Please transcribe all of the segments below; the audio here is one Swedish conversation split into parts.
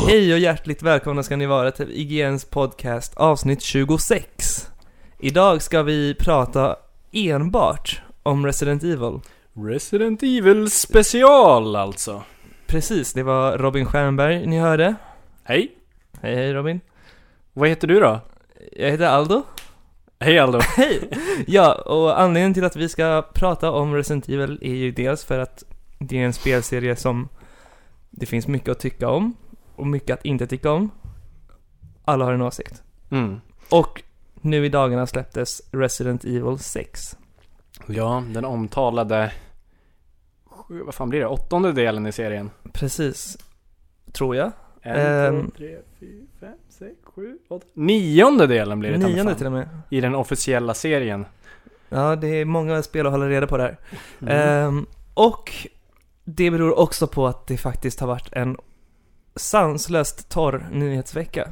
Hej och hjärtligt välkomna ska ni vara till IGNs podcast avsnitt 26. Idag ska vi prata enbart om Resident Evil. Resident Evil special alltså. Precis, det var Robin Stjernberg ni hörde. Hej. Hej Robin. Vad heter du då? Jag heter Aldo. Hej Aldo. Hej. Ja, och anledningen till att vi ska prata om Resident Evil är ju dels för att det är en spelserie som det finns mycket att tycka om och mycket att inte tycka om. Alla har en åsikt. Och nu i dagarna släpptes Resident Evil 6. Ja, den omtalade vad fan blir det? 8:e delen i serien. Precis, tror jag. 1, 2, 3, 4, 5, 6, 7, 8 9:e delen blir det. 9:e till och med. I den officiella serien. Ja, det är många spel att hålla reda på där. Och det beror också på att det faktiskt har varit en sanslöst torr nyhetsvecka.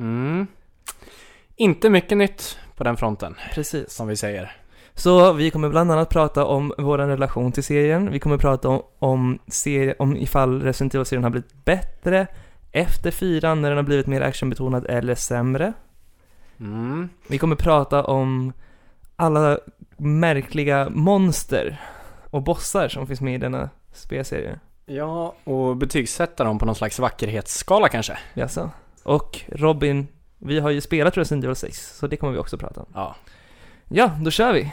Inte mycket nytt på den fronten. Precis. Som vi säger. Så vi kommer bland annat prata om vår relation till serien. Vi kommer prata om ifall Resident Evil-serien har blivit bättre efter 4 när den har blivit mer actionbetonad eller sämre. Vi kommer prata om alla märkliga monster och bossar som finns med i denna spelserie. Ja, och betygsätta dem på någon slags vackerhetsskala kanske. Jaså. Och Robin, vi har ju spelat Resident Evil 6, så det kommer vi också prata om. Ja, då kör vi.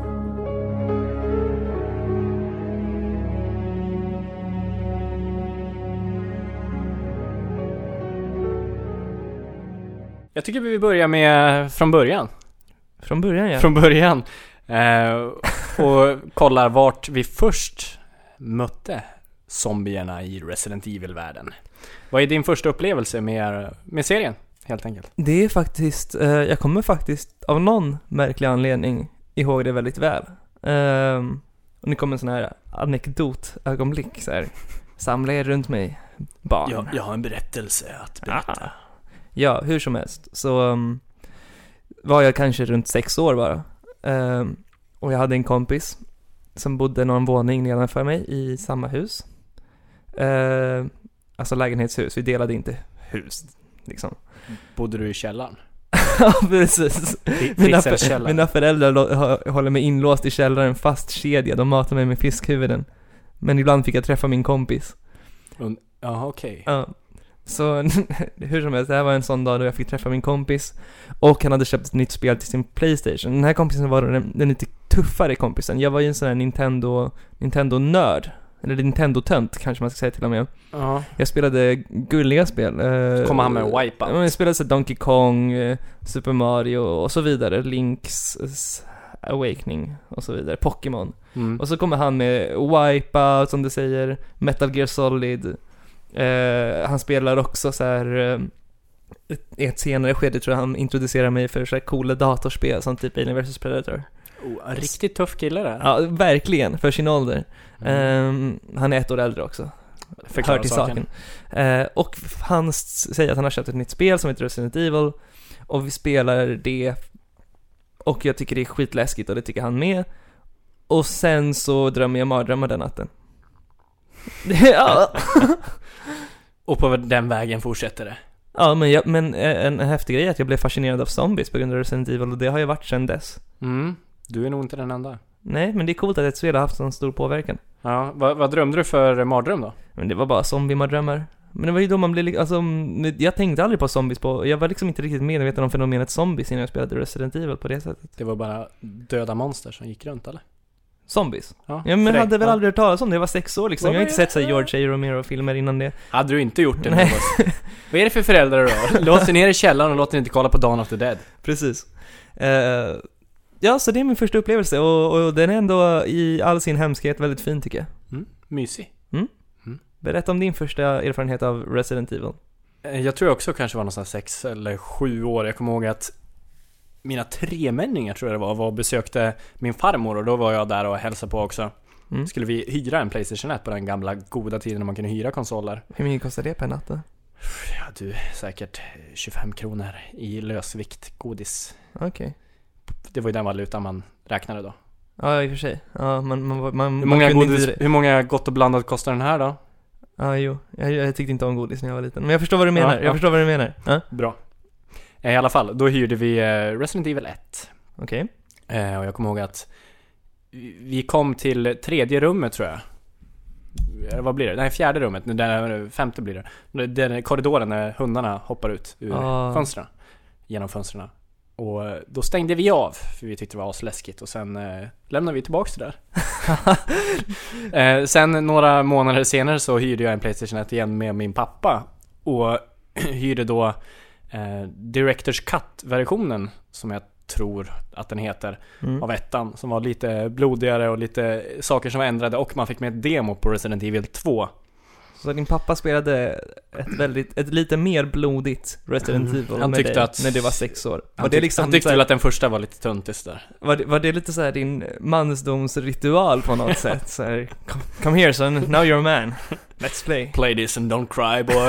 Jag tycker vi börjar med från början. Från början, ja. Från början. Och kollar vart vi först mötte zombierna i Resident Evil-världen. Vad är din första upplevelse med serien, helt enkelt? Det är faktiskt, jag kommer faktiskt av någon märklig anledning ihåg det väldigt väl. Och nu kommer en sån här anekdotögonblick så här. Samla er runt mig, barn. Jag har en berättelse att berätta. Ja, hur som helst. Så var jag kanske runt 6 år bara. Och jag hade en kompis som bodde någon våning nedanför mig i samma hus. Alltså lägenhetshus, vi delade inte hus liksom. Bodde du i källaren? Ja, precis. Mina föräldrar håller mig inlåst i källaren fastkedjad och matar mig med fiskhuvuden. Men ibland fick jag träffa min kompis. Ja, okej. Ja. Så hur som helst, det här var en sån dag då jag fick träffa min kompis. Och han hade köpt ett nytt spel till sin PlayStation. Den här kompisen var den lite tuffare kompisen. Jag var ju en sån här Nintendo-nörd. Eller Nintendo-tönt kanske man ska säga till och med. Jag spelade gulliga spel. Kommer han med Wipeout? Jag spelade så Donkey Kong, Super Mario och så vidare. Link's Awakening och så vidare. Pokémon. Och så kommer han med Wipeout, som du säger. Metal Gear Solid. Han spelar också så här i ett senare skede tror jag han introducerar mig för så här coola datorspel som typ Alien vs Predator. En riktigt tuff kille där. Ja, verkligen, för sin ålder. Han är 1 år äldre också. Hör till saken. Och han säger att han har köpt ett nytt spel som heter Resident Evil. Och vi spelar det. Och jag tycker det är skitläskigt och det tycker han med. Och sen så drömmer jag mardrömmar den natten. Ja. Och på den vägen fortsätter det. Ja, men en häftig grej är att jag blev fascinerad av zombies på grund av Resident Evil. Och det har jag varit sedan dess. Du är nog inte den enda. Nej, men det är coolt att ett spel har haft sån stor påverkan. Ja, vad drömde du för mardröm då? Men det var bara zombie-mardrömmar. Men det var ju då man blev alltså, jag tänkte aldrig på zombies på. Jag var liksom inte riktigt medveten om fenomenet zombies innan jag spelade Resident Evil på det sättet. Det var bara döda monster som gick runt, eller? Zombies? Ja, men jag hade väl aldrig hört talas om det. Jag var 6 år liksom. Jag har inte sett så George A. Romero-filmer innan det. Hade du inte gjort det? Vad är det för föräldrar då? Låt sig ner i källaren och låt dig inte kolla på Dawn of the Dead. Precis. Ja, så det är min första upplevelse. Och den är ändå i all sin hemskhet väldigt fin tycker jag. Mysig. Berätta om din första erfarenhet av Resident Evil. Jag tror jag också kanske var någonstans 6 eller 7 år. Jag kommer ihåg att mina 3-männingar tror jag det var och besökte min farmor. Och då var jag där och hälsade på också. Skulle vi hyra en PlayStation 1 på den gamla goda tiden när man kunde hyra konsoler. Hur mycket kostade det per natt då? Ja du, säkert 25 kronor i lösvikt godis. Okej. Det var ju den valutan man räknade då. Ja, i och för sig. Ja, hur många gott och blandat kostar den här då? Jo. Jag tyckte inte om godis när jag var liten. Men jag förstår vad du menar. Jag förstår vad du menar. Bra. I alla fall, då hyrde vi Resident Evil 1. Okej. Och jag kommer ihåg att vi kom till 3:e rummet, tror jag. Vad blir det? Nej, 4:e rummet. Där 5:e blir det. Den korridoren när hundarna hoppar ut ur fönstren. Genom fönstren. Och då stängde vi av, för vi tyckte det var asläskigt. Och sen lämnade vi tillbaka det där. Sen några månader senare så hyrde jag en PlayStation 1 igen med min pappa. Och hyrde då Director's Cut-versionen, som jag tror att den heter, av ettan, som var lite blodigare och lite saker som var ändrade, och man fick med ett demo på Resident Evil 2. Så din pappa spelade ett lite mer blodigt Resident Evil han med tyckte dig att, när det var 6 år. Han tyckte väl att den första var lite tuntis där. Var det lite så här din mansdomsritual på något sätt? Så här, come here son, now you're a man. Let's play. Play this and don't cry, boy.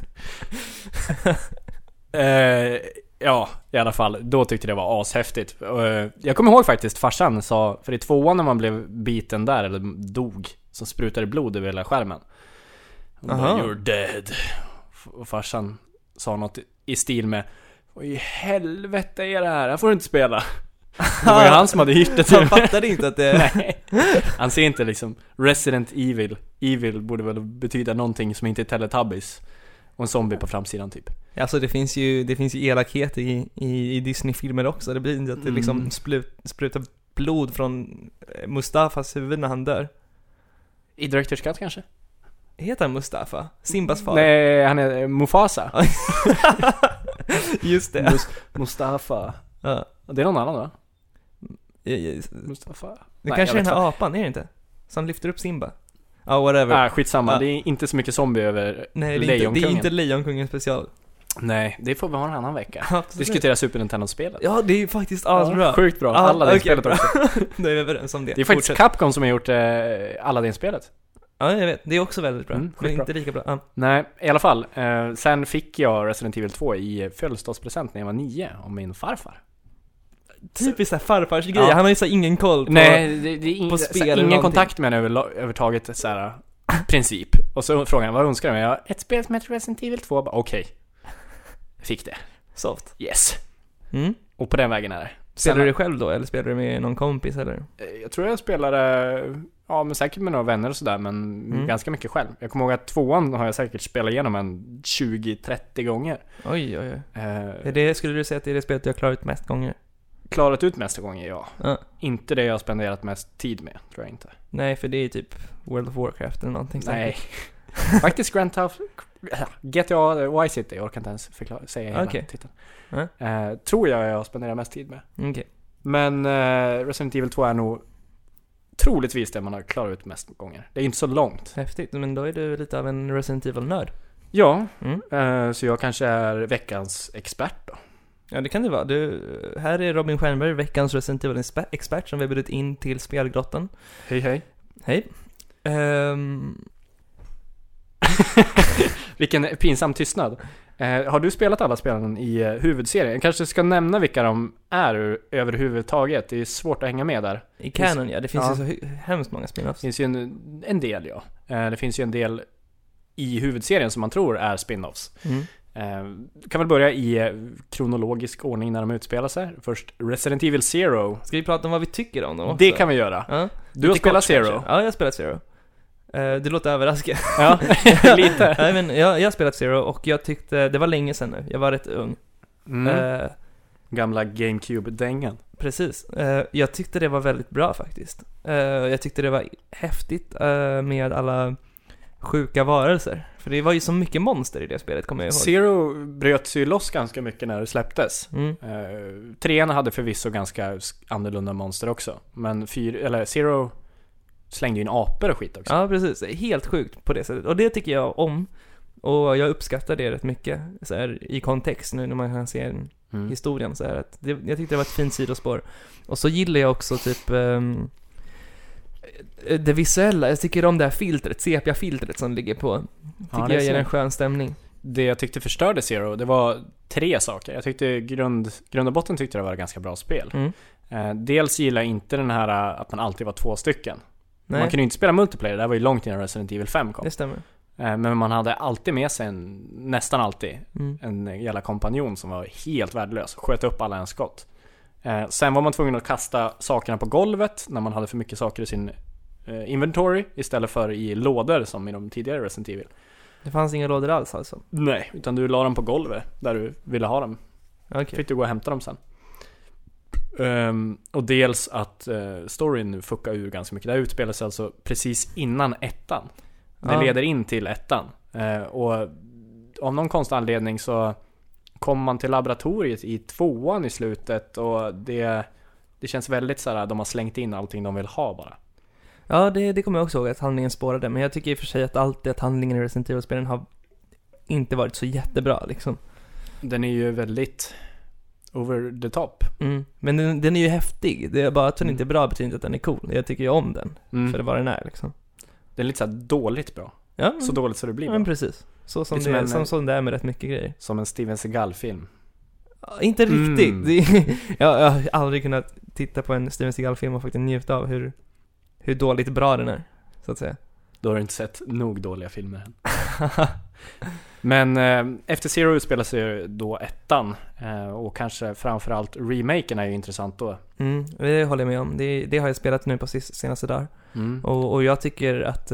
Ja, i alla fall. Då tyckte det var ashäftigt. Jag kommer ihåg faktiskt, farsan sa, för i 2:an när man blev biten där, eller dog, så sprutade blod över hela skärmen. You're dead. Och farsan sa något i stil med: vad i helvete är det här? Jag får inte spela. Det var ju han som hade hyrt det till. Han fattade inte att det... Nej. Han ser inte liksom Resident Evil. Evil borde väl betyda någonting som inte är Teletubbies. Och en zombie på framsidan typ. Alltså det finns ju elakhet i Disney-filmer också. Det blir inte att det liksom sprutar blod från Mustafas huvud när han dör. I Director's Cut kanske? Heter han Mustafa? Simbas far? Nej, han är Mufasa. Just det. Mustafa. Ja. Det är någon annan, va? Mustafa. Det kanske är den här apan, är det inte? Som lyfter upp Simba. Whatever. Skitsamma. Det är inte så mycket zombie över Lejonkungen. Det är inte Lejonkungen special. Nej, det får vi ha en annan vecka. Diskutera Super Nintendo-spelet. Ja, det är faktiskt bra. Sjukt bra. Aladdin-spelet också. Då är vi överens om det. Det är faktiskt Capcom som har gjort Aladdin-spelet. Ja, jag vet. Det är också väldigt bra. Men inte lika bra. Nej, i alla fall. Sen fick jag Resident Evil 2 i födelsedagspresent när jag var 9 av min farfar. Typiskt såhär farfars grej. Han har ju så ingen koll på, nej, det på spel. Ingen kontakt med henne övertaget så här princip. Och så frågade han, vad önskar du? Jag ett spel som heter Resident Evil 2. Okej. Jag fick det. Soft. Yes. Och på den vägen är det. Spelar du det själv då? Eller spelar du med någon kompis eller? Jag tror jag spelade, men säkert med några vänner och sådär, men ganska mycket själv. Jag kommer ihåg att 2:an har jag säkert spelat igenom 20-30 gånger. Oj. Skulle du säga att det är det spelet du har klarat mest gånger? Klarat ut mest gånger, ja. Inte det jag har spenderat mest tid med, tror jag inte. Nej, för det är typ World of Warcraft eller någonting. Nej. Faktiskt Grand Theft GTA Vice City, jag orkar inte ens säga hela titeln. Tror jag spenderar mest tid med. Okay. Men Resident Evil 2 är nog troligtvis det man har klarat ut mest gånger. Det är inte så långt. Häftigt, men då är du lite av en Resident Evil-nörd. Ja, så jag kanske är veckans expert då. Ja, det kan det vara. Här är Robin Stjernberg, veckans Resident Evil-expert som vi har bjudit in till Spelgrottan. Hej. Vilken pinsam tystnad. Har du spelat alla spelen i huvudserien? Jag kanske ska nämna vilka de är överhuvudtaget. Det är svårt att hänga med där. I canon, ja. Det finns ju så hemskt många spin-offs. Det finns ju en del, ja. Det finns ju en del i huvudserien som man tror är spin-offs. Kan väl börja i kronologisk ordning när de utspelar sig. Först Resident Evil Zero. Ska vi prata om vad vi tycker om dem också? Det kan vi göra. Du har spelat Zero. Ja, jag har spelat Zero. Det låter överraskande. Ja, lite. Nej, men jag har spelat Zero och jag tyckte, det var länge sedan nu. Jag var rätt ung. Gamla GameCube-dängan. Precis. Jag tyckte det var väldigt bra faktiskt. Jag tyckte det var häftigt med alla sjuka varelser. För det var ju så mycket monster i det spelet, kommer jag ihåg. Zero bröt sig loss ganska mycket när det släpptes. 3 hade förvisso ganska annorlunda monster också. Men Zero slängde ju in apor och skit också. Ja, precis. Helt sjukt på det sättet. Och det tycker jag om. Och jag uppskattar det rätt mycket. Så här, i kontext nu när man kan se historien. Så här, att jag tyckte det var ett fint sidospår. Och så gillar jag också typ det visuella. Jag tycker om det här filtret, sepia-filtret som ligger på. Tycker jag ger en skön stämning. Det jag tyckte förstörde Zero, det var 3 saker. Jag tyckte grund och botten tyckte det var ett ganska bra spel. Dels gillar jag inte den här att man alltid var 2 stycken. Nej. Man kunde ju inte spela multiplayer, det var ju långt innan Resident Evil 5 kom. Det stämmer. Men man hade alltid med sig nästan alltid en jävla kompanjon som var helt värdelös. Sköt upp alla ens skott. Sen var man tvungen att kasta sakerna på golvet när man hade för mycket saker i sin inventory istället för i lådor som i de tidigare Resident Evil. Det fanns inga lådor alls alltså? Nej, utan du la dem på golvet där du ville ha dem. Okay. Fick du gå och hämta dem sen. Och dels att storyn nu fuckar ur ganska mycket. Det här utspelar sig alltså precis innan ettan. Det leder in till ettan. Och av någon konstig anledning så kommer man till laboratoriet i 2:an i slutet. Och det känns väldigt så här, de har slängt in allting de vill ha bara. Ja, det kommer jag också ihåg att handlingen spårade. Men jag tycker i och för sig att handlingen i Resident Evil-spelen har inte varit så jättebra liksom. Den är ju väldigt over the top. Men den är ju häftig. Det är bara att den inte är bra betyder inte att den är cool. Jag tycker ju om den. För det var den är liksom. Det är lite så här dåligt bra. Ja, så dåligt så det blir bra. Men precis. Så som det är med rätt mycket grejer. Som en Steven Seagal-film. Inte riktigt. Jag har aldrig kunnat titta på en Steven Seagal-film och faktiskt njuta av hur dåligt bra den är, så att säga. Då har du inte sett nog dåliga filmer än. Men efter Zero utspelar sig då ettan. Och kanske framförallt remaken är ju intressant då. Det håller jag med om. Det har jag spelat nu på senaste dagar. Och jag tycker att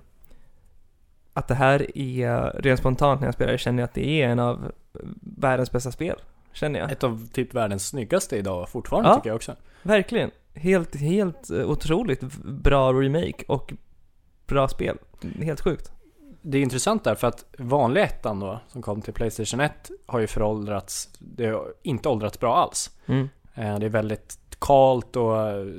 det här är rent spontant när jag spelar. Jag känner att det är en av världens bästa spel. Känner jag. Ett av typ världens snyggaste idag fortfarande tycker jag också. Verkligen. Helt otroligt bra remake och bra spel. Helt sjukt. Det är intressant där för att vanliga ettan då som kom till PlayStation 1 har ju föråldrats. Det har inte åldrats bra alls. Det är väldigt kalt och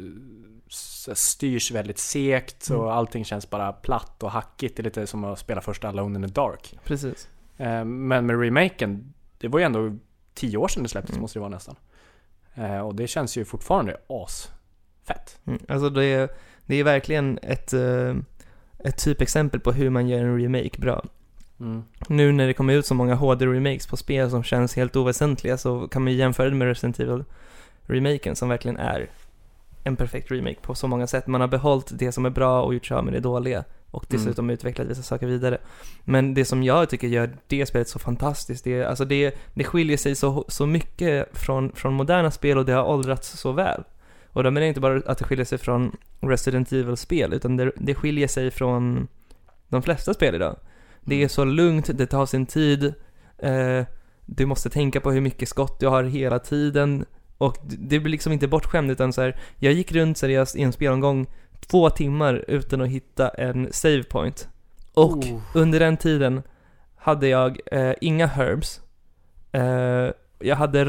styrs väldigt segt och allting känns bara platt och hackigt. Det är lite som att spela första Alone in the Dark. Precis. Men med remaken, det var ju ändå 10 år sedan det släpptes måste det vara nästan. Och det känns ju fortfarande asfett. Alltså det är verkligen ett typexempel på hur man gör en remake bra. Nu när det kommer ut så många HD-remakes på spel som känns helt oväsentliga så kan man ju jämföra det med Resident Evil-remaken som verkligen är en perfekt remake på så många sätt. Man har behållit det som är bra och gjort sig av med det dåliga och dessutom utvecklat vissa saker vidare. Men det som jag tycker gör det spelet så fantastiskt, det skiljer sig så mycket från moderna spel och det har åldrats så väl. Och då menar jag inte bara att det skiljer sig från Resident Evil-spel utan det skiljer sig från de flesta spel idag. Det är så lugnt, det tar sin tid, du måste tänka på hur mycket skott du har hela tiden och det blir liksom inte bortskämd utan så här, jag gick runt seriöst i en spelomgång 2 timmar utan att hitta en save point och under den tiden hade jag inga herbs, jag hade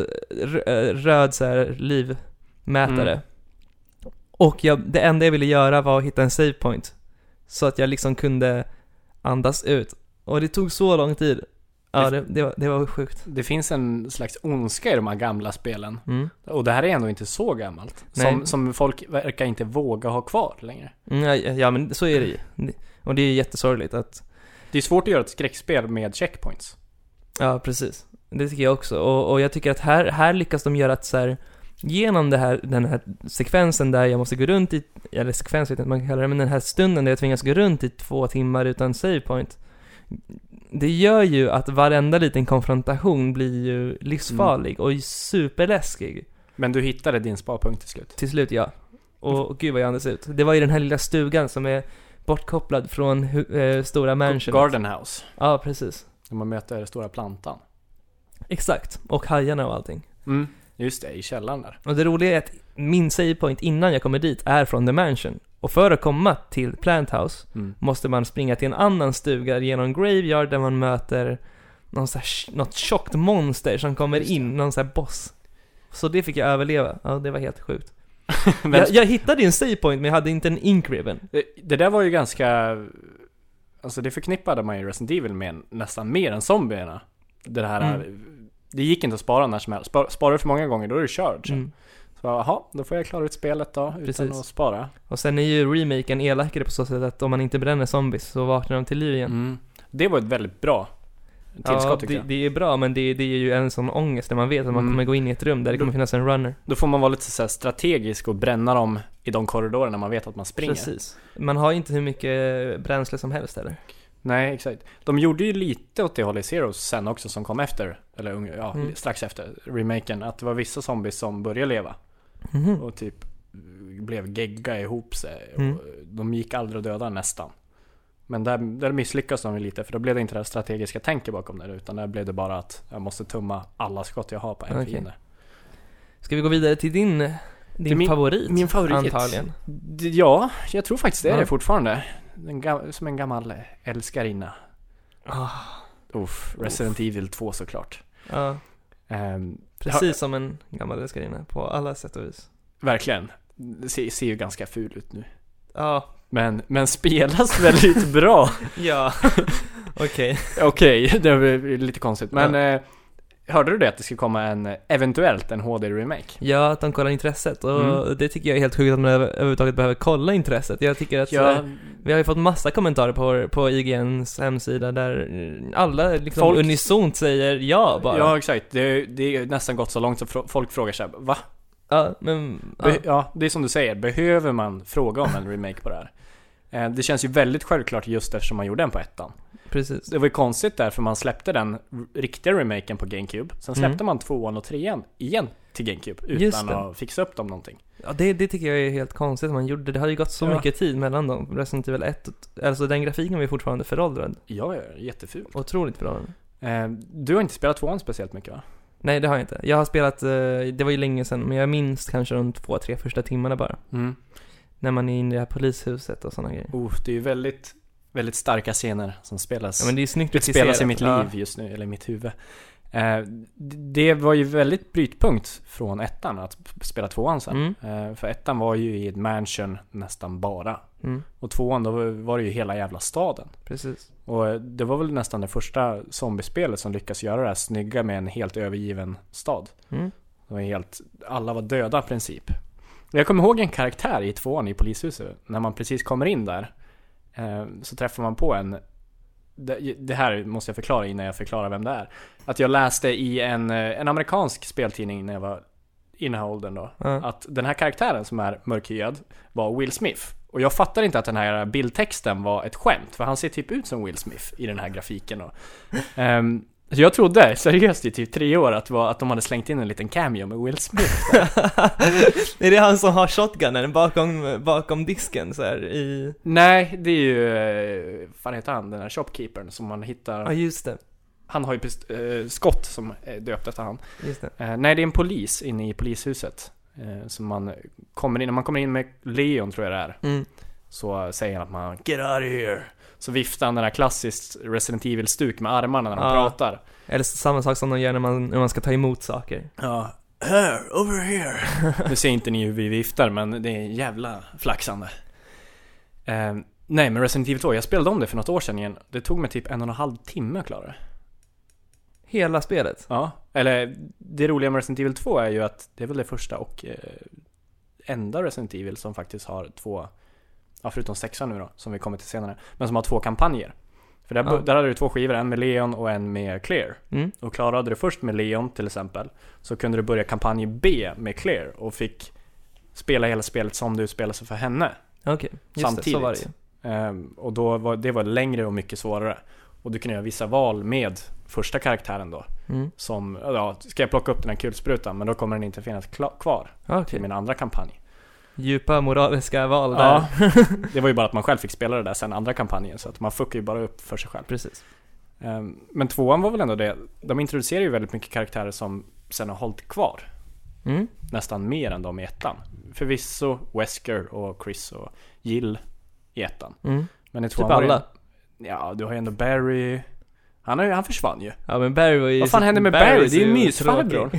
röd så här, livmätare och det enda jag ville göra var att hitta en save point så att jag liksom kunde andas ut och det tog så lång tid. Ja, det var sjukt. Det finns en slags ondska i de här gamla spelen. Och det här är ändå inte så gammalt. Som folk verkar inte våga ha kvar längre. Ja, men så är det ju. Och det är jättesorgligt att... Det är svårt att göra ett skräckspel med checkpoints. Ja, precis. Det tycker jag också. Och jag tycker att här lyckas de göra att så här, genom den här sekvensen där jag måste gå runt i... Eller sekvens vet inte man kan kalla det. Men den här stunden där jag tvingas gå runt i 2 timmar utan save point. Det gör ju att varenda liten konfrontation blir ju livsfarlig och superläskig. Men du hittade din sparpunkt till slut? Till slut, ja. Och gud vad jag andas ut. Det var ju den här lilla stugan som är bortkopplad från stora mansion. Garden House. Ja, precis. När man möter stora plantan. Exakt. Och hajarna och allting. Just det, i källaren där. Och det roliga är att min save point innan jag kommer dit är från The Mansion. Och för att komma till Plant House måste man springa till en annan stuga genom Graveyard där man möter något tjockt monster som kommer in, någon sån här boss. Så det fick jag överleva. Ja, det var helt sjukt. jag hittade en save point men jag hade inte en ink ribbon. Det där var ju ganska... Alltså det förknippade man ju Resident Evil med nästan mer än zombierna. Det här... Det gick inte att spara när som helst. Sparar du för många gånger, då är du körd. Så jaha, då får jag klara ut spelet då utan att spara. Och sen är ju remaken elakare på så sätt att om man inte bränner zombies så vaknar de till liv igen. Det var ett väldigt bra tillskott tycker jag. Det är bra, men det är ju en sån ångest när man vet att man kommer gå in i ett rum där det kommer finnas en runner. Då får man vara lite så här strategisk och bränna dem i de korridorerna man vet att man springer. Precis. Man har inte hur mycket bränsle som helst eller? Nej, exakt. De gjorde ju lite åt det hållet i Zeros sen också som kom efter, eller strax efter remaken, att det var vissa zombies som började leva och typ blev gegga ihop sig och de gick aldrig att döda nästan. Men där misslyckas de lite, för då blev det inte det strategiska tänket bakom det, utan där blev det bara att jag måste tumma alla skott jag har på en fiende. Ska vi gå vidare till din favorit? Min favorit antagligen. Ja, jag tror faktiskt det är det fortfarande. Som en gammal älskarinna. Resident Evil 2 såklart. Precis som en gammal älskarinna på alla sätt och vis. Verkligen. Det ser ju ganska ful ut nu. Ja. Men spelas väldigt bra. Ja. Okej, det är lite konstigt. Men hörde du det att det ska komma eventuellt en HD-remake? Ja, att de kollar intresset. Och det tycker jag är helt sjukt att man överhuvudtaget behöver kolla intresset. Jag tycker att vi har ju fått massa kommentarer på IGNs hemsida där alla liksom unisont säger ja bara. Ja, exakt. Det är nästan gått så långt så folk frågar sig, va? Ja, men... det är som du säger. Behöver man fråga om en remake på det här? Det känns ju väldigt självklart just eftersom man gjorde den på ettan. Precis. Det var ju konstigt där, för man släppte den riktiga remaken på GameCube. Sen släppte man 2:an och 3:an igen till GameCube utan att fixa upp dem någonting. Ja, det tycker jag är helt konstigt att man gjorde. Det hade ju gått så mycket tid mellan dem. Resident Evil 1, alltså den grafiken var ju fortfarande föråldrad. Ja, jätteful. Otroligt föråldrad. Du har inte spelat 2:an speciellt mycket, va? Nej, det har jag inte. Jag har spelat, det var ju länge sedan, men jag minns kanske de 2-3 första timmarna bara. När man är inne i det här polishuset och såna grejer. Det är ju väldigt, väldigt starka scener som spelas. Ja, men det är snyggt. Det spelas i mitt liv just nu, eller i mitt huvud. Det var ju väldigt brytpunkt från ettan att spela 2:an sen. För ettan var ju i ett mansion nästan bara. Och 2:an, då var det ju hela jävla staden. Precis. Och det var väl nästan det första zombiespelet som lyckas göra det här snygga med en helt övergiven stad. Det var alla var döda i princip. Jag kommer ihåg en karaktär i 2:an i polishuset. När man precis kommer in där så träffar man på en... Det här måste jag förklara innan jag förklarar vem det är. Att jag läste i en amerikansk speltidning när jag var i den här åldern då, att den här karaktären som är mörkhyad var Will Smith. Och jag fattar inte att den här bildtexten var ett skämt, för han ser typ ut som Will Smith i den här grafiken då. Så jag trodde seriöst i typ 3 år att de hade slängt in en liten cameo med Will Smith. Är det han som har shotgunnen bakom disken så här i... Nej, det är ju fan heter han, den här shopkeepern som man hittar. Ja, just det. Han har ju skott som är döpt efter han. Just det. Nej, det är en polis inne i polishuset. Som man kommer in, när man kommer in med Leon tror jag det är. Så säger han att man get out of here. Så viftar han den här klassiskt Resident Evil-stuk med armarna när de pratar. Eller samma sak som de gör när man ska ta emot saker. Ja, here, over here. Nu ser inte ni hur vi viftar, men det är jävla flaxande. Nej, men Resident Evil 2, jag spelade om det för något år sedan igen. Det tog mig typ 1,5 timme att klara det. Hela spelet? Ja, eller det roliga med Resident Evil 2 är ju att det är väl det första och enda Resident Evil som faktiskt har 2, förutom 6 nu då, som vi kommer till senare, men som har 2 kampanjer. För där hade du 2 skivor, en med Leon och en med Claire. Och klarade du först med Leon till exempel, så kunde du börja kampanj B med Claire och fick spela hela spelet som du spelade för henne. Okej, samtidigt. Det, så var det ju. Och då var det längre och mycket svårare. Och du kunde göra vissa val med första karaktären då. Som, ska jag plocka upp den här kulsprutan, men då kommer den inte finnas kvar till min andra kampanj. Djupa moraliska val där. Ja, det var ju bara att man själv fick spela det där sen andra kampanjen, så att man fuckar ju bara upp för sig själv. Precis. Men 2:an var väl ändå det. De introducerar ju väldigt mycket karaktärer som sen har hållit kvar. Nästan mer än de i ettan. Förvisso Wesker och Chris och Jill i ettan. Men i 2:an typ alla. Ja, du har ju ändå Barry. Han försvann ju. Ja, men Barry var ju... Vad fan hände med Barry? Det är ju mysfarbror.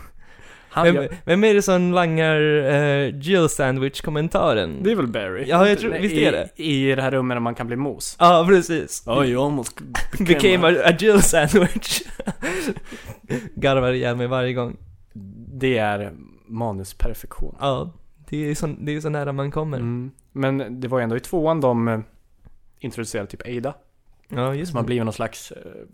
Vem är det som langar Jill Sandwich-kommentaren? Det är väl Barry. Ja, jag tror, visst är det. I det här rummet när man kan bli mos. Ja, precis. You almost became a Jill Sandwich. Garvar ihjäl mig varje gång. Det är manusperfektion. Ja, det är så nära man kommer. Men det var ju ändå i 2:an de introducerade typ Ada. Ja, just som har blivit någon slags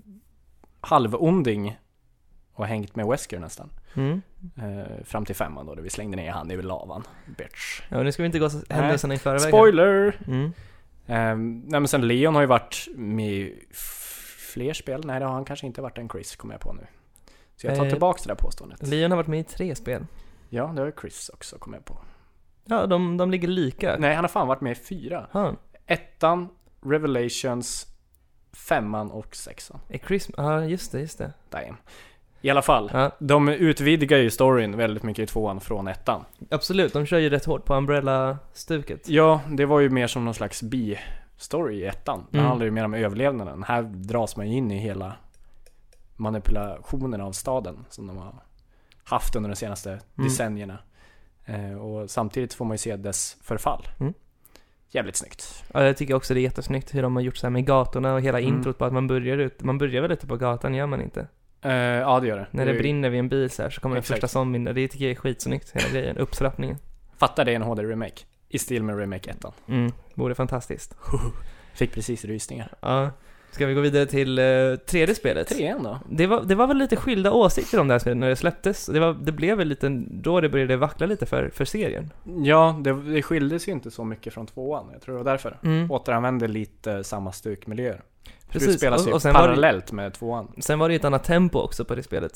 halvonding och hängt med Wesker nästan. Fram till 5:an då vi slängde ner han i lavan. Bitch. Ja, nu ska vi inte gå händelserna i förväg. Spoiler! Nej, men sen Leon har ju varit med i fler spel. Nej, det har han kanske inte varit en Chris, kommer jag på nu. Så jag tar tillbaka det där påståendet. Leon har varit med i 3 spel. Ja, det har ju Chris också, kommer jag på. Ja, de ligger lika. Nej, han har fan varit med i 4. 1:an, Revelations, 5:an och 6:an. Är Chris... Ja, just det. Damn. I alla fall, de utvidgar ju storyn väldigt mycket i 2:an från 1:an. Absolut, de kör ju rätt hårt på Umbrella-stuket. Ja, det var ju mer som någon slags story i 1:an. Det handlar ju mer om överlevnaden. Här dras man in i hela manipulationen av staden som de har haft under de senaste decennierna. Och samtidigt får man ju se dess förfall. Jävligt snyggt. Ja, jag tycker också det är jättesnyggt hur de har gjort så här med gatorna och hela introt på att man börjar väl ute på gatan, gör man inte? Ja, det gör det. När det brinner vid en bil så här, så kommer den första zombien där. Det tycker jag är skitsnyggt, hela grejen, uppstrappningen. Fattar det en HD-remake i stil med Remake 1:an. Vore fantastiskt. Fick precis rysningar. Ja. Ska vi gå vidare till tredje spelet? 3:an då? Det var väl lite skilda åsikter om det här spelet när det släpptes. Det blev väl lite, då det började vackla lite för serien. Ja, det skildes ju inte så mycket från 2:an. Jag tror det var därför. Återanvände lite samma stukmiljöer. Precis. Det spelas ju och sen parallellt med 2:an. Sen var det ett annat tempo också på det spelet.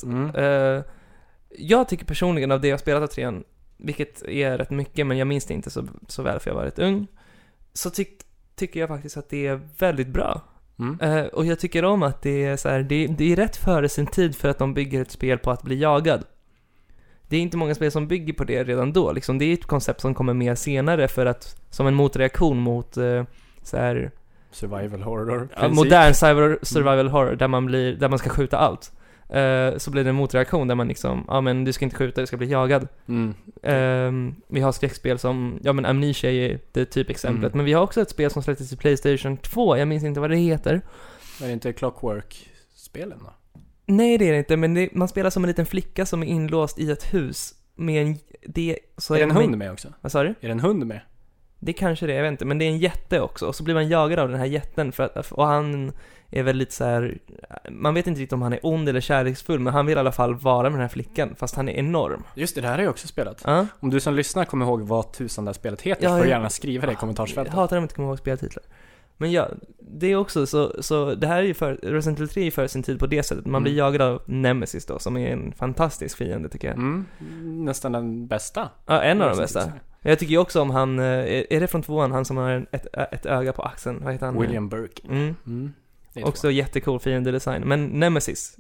Jag tycker personligen av det jag spelat av 3:an, vilket är rätt mycket, men jag minns det inte så väl för jag var rätt ung, så tycker jag faktiskt att det är väldigt bra. Och jag tycker om att det är så här, det är rätt före sin tid för att de bygger ett spel på att bli jagad. Det är inte många spel som bygger på det redan då. Liksom, det är ett koncept som kommer mer senare för att, som en motreaktion mot så här, survival horror. Modern survival horror där man ska skjuta allt. Så blir det en motreaktion där man liksom, men du ska inte skjuta, du ska bli jagad. Vi har skräckspel som, men Amnesia är det typexemplet. Men vi har också ett spel som släpptes i PlayStation 2, jag minns inte vad det heter. Är det inte Clockwork-spelen då? Nej, det är det inte, men man spelar som en liten flicka som är inlåst i ett hus med en... är det en hund med också? Vad sa du? Är det en hund med? Det kanske det, jag vet inte, men det är en jätte också. Och så blir man jagad av den här jätten och han är väl lite så här, man vet inte riktigt om han är ond eller kärleksfull, men han vill i alla fall vara med den här flickan, fast han är enorm. Just det, här har jag också spelat. Om du som lyssnar kommer ihåg vad tusan det här spelet heter, får du gärna skriva det i kommentarsfältet. Jag hatar att inte komma ihåg speltitlar. Men ja, det är också så det här är ju Resident Evil 3 är för sin tid på det sättet. Man blir jagad av Nemesis då, som är en fantastisk fiende tycker jag. Nästan den bästa. Ja, en av de bästa. Jag tycker ju också om han, är det från 2:an, han som har ett öga på axeln, vad heter han? William Burke. Också jättecool fiendedesign. Men Nemesis,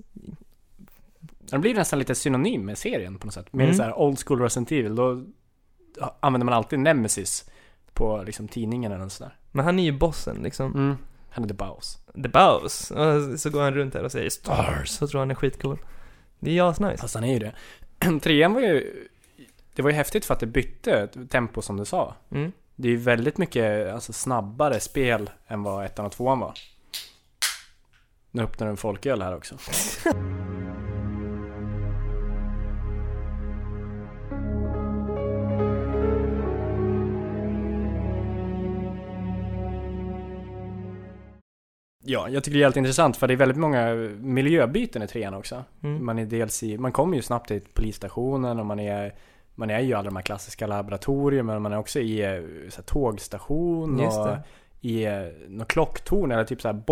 den blir nästan lite synonym med serien på något sätt. Med så här old school Resident Evil, då använder man alltid Nemesis på liksom tidningen eller något sådär. Men han är ju bossen liksom. Han är The Boss. The Boss. Och så går han runt här och säger Stars. Så tror han är skitcool. Det är nice. Fast han är ju det. 3:an var ju häftigt för att det bytte tempo som du sa. Det är ju väldigt mycket snabbare spel än vad 1:an och 2:an var. Nu öppnar en folköl här också. Ja, jag tycker det är helt intressant för det är väldigt många miljöbyten i 3:an också. Man är man kommer ju snabbt till polisstationen och man är ju i alla de här klassiska laboratorier, men man är också i så här, tågstation och i något klocktorn eller typ så här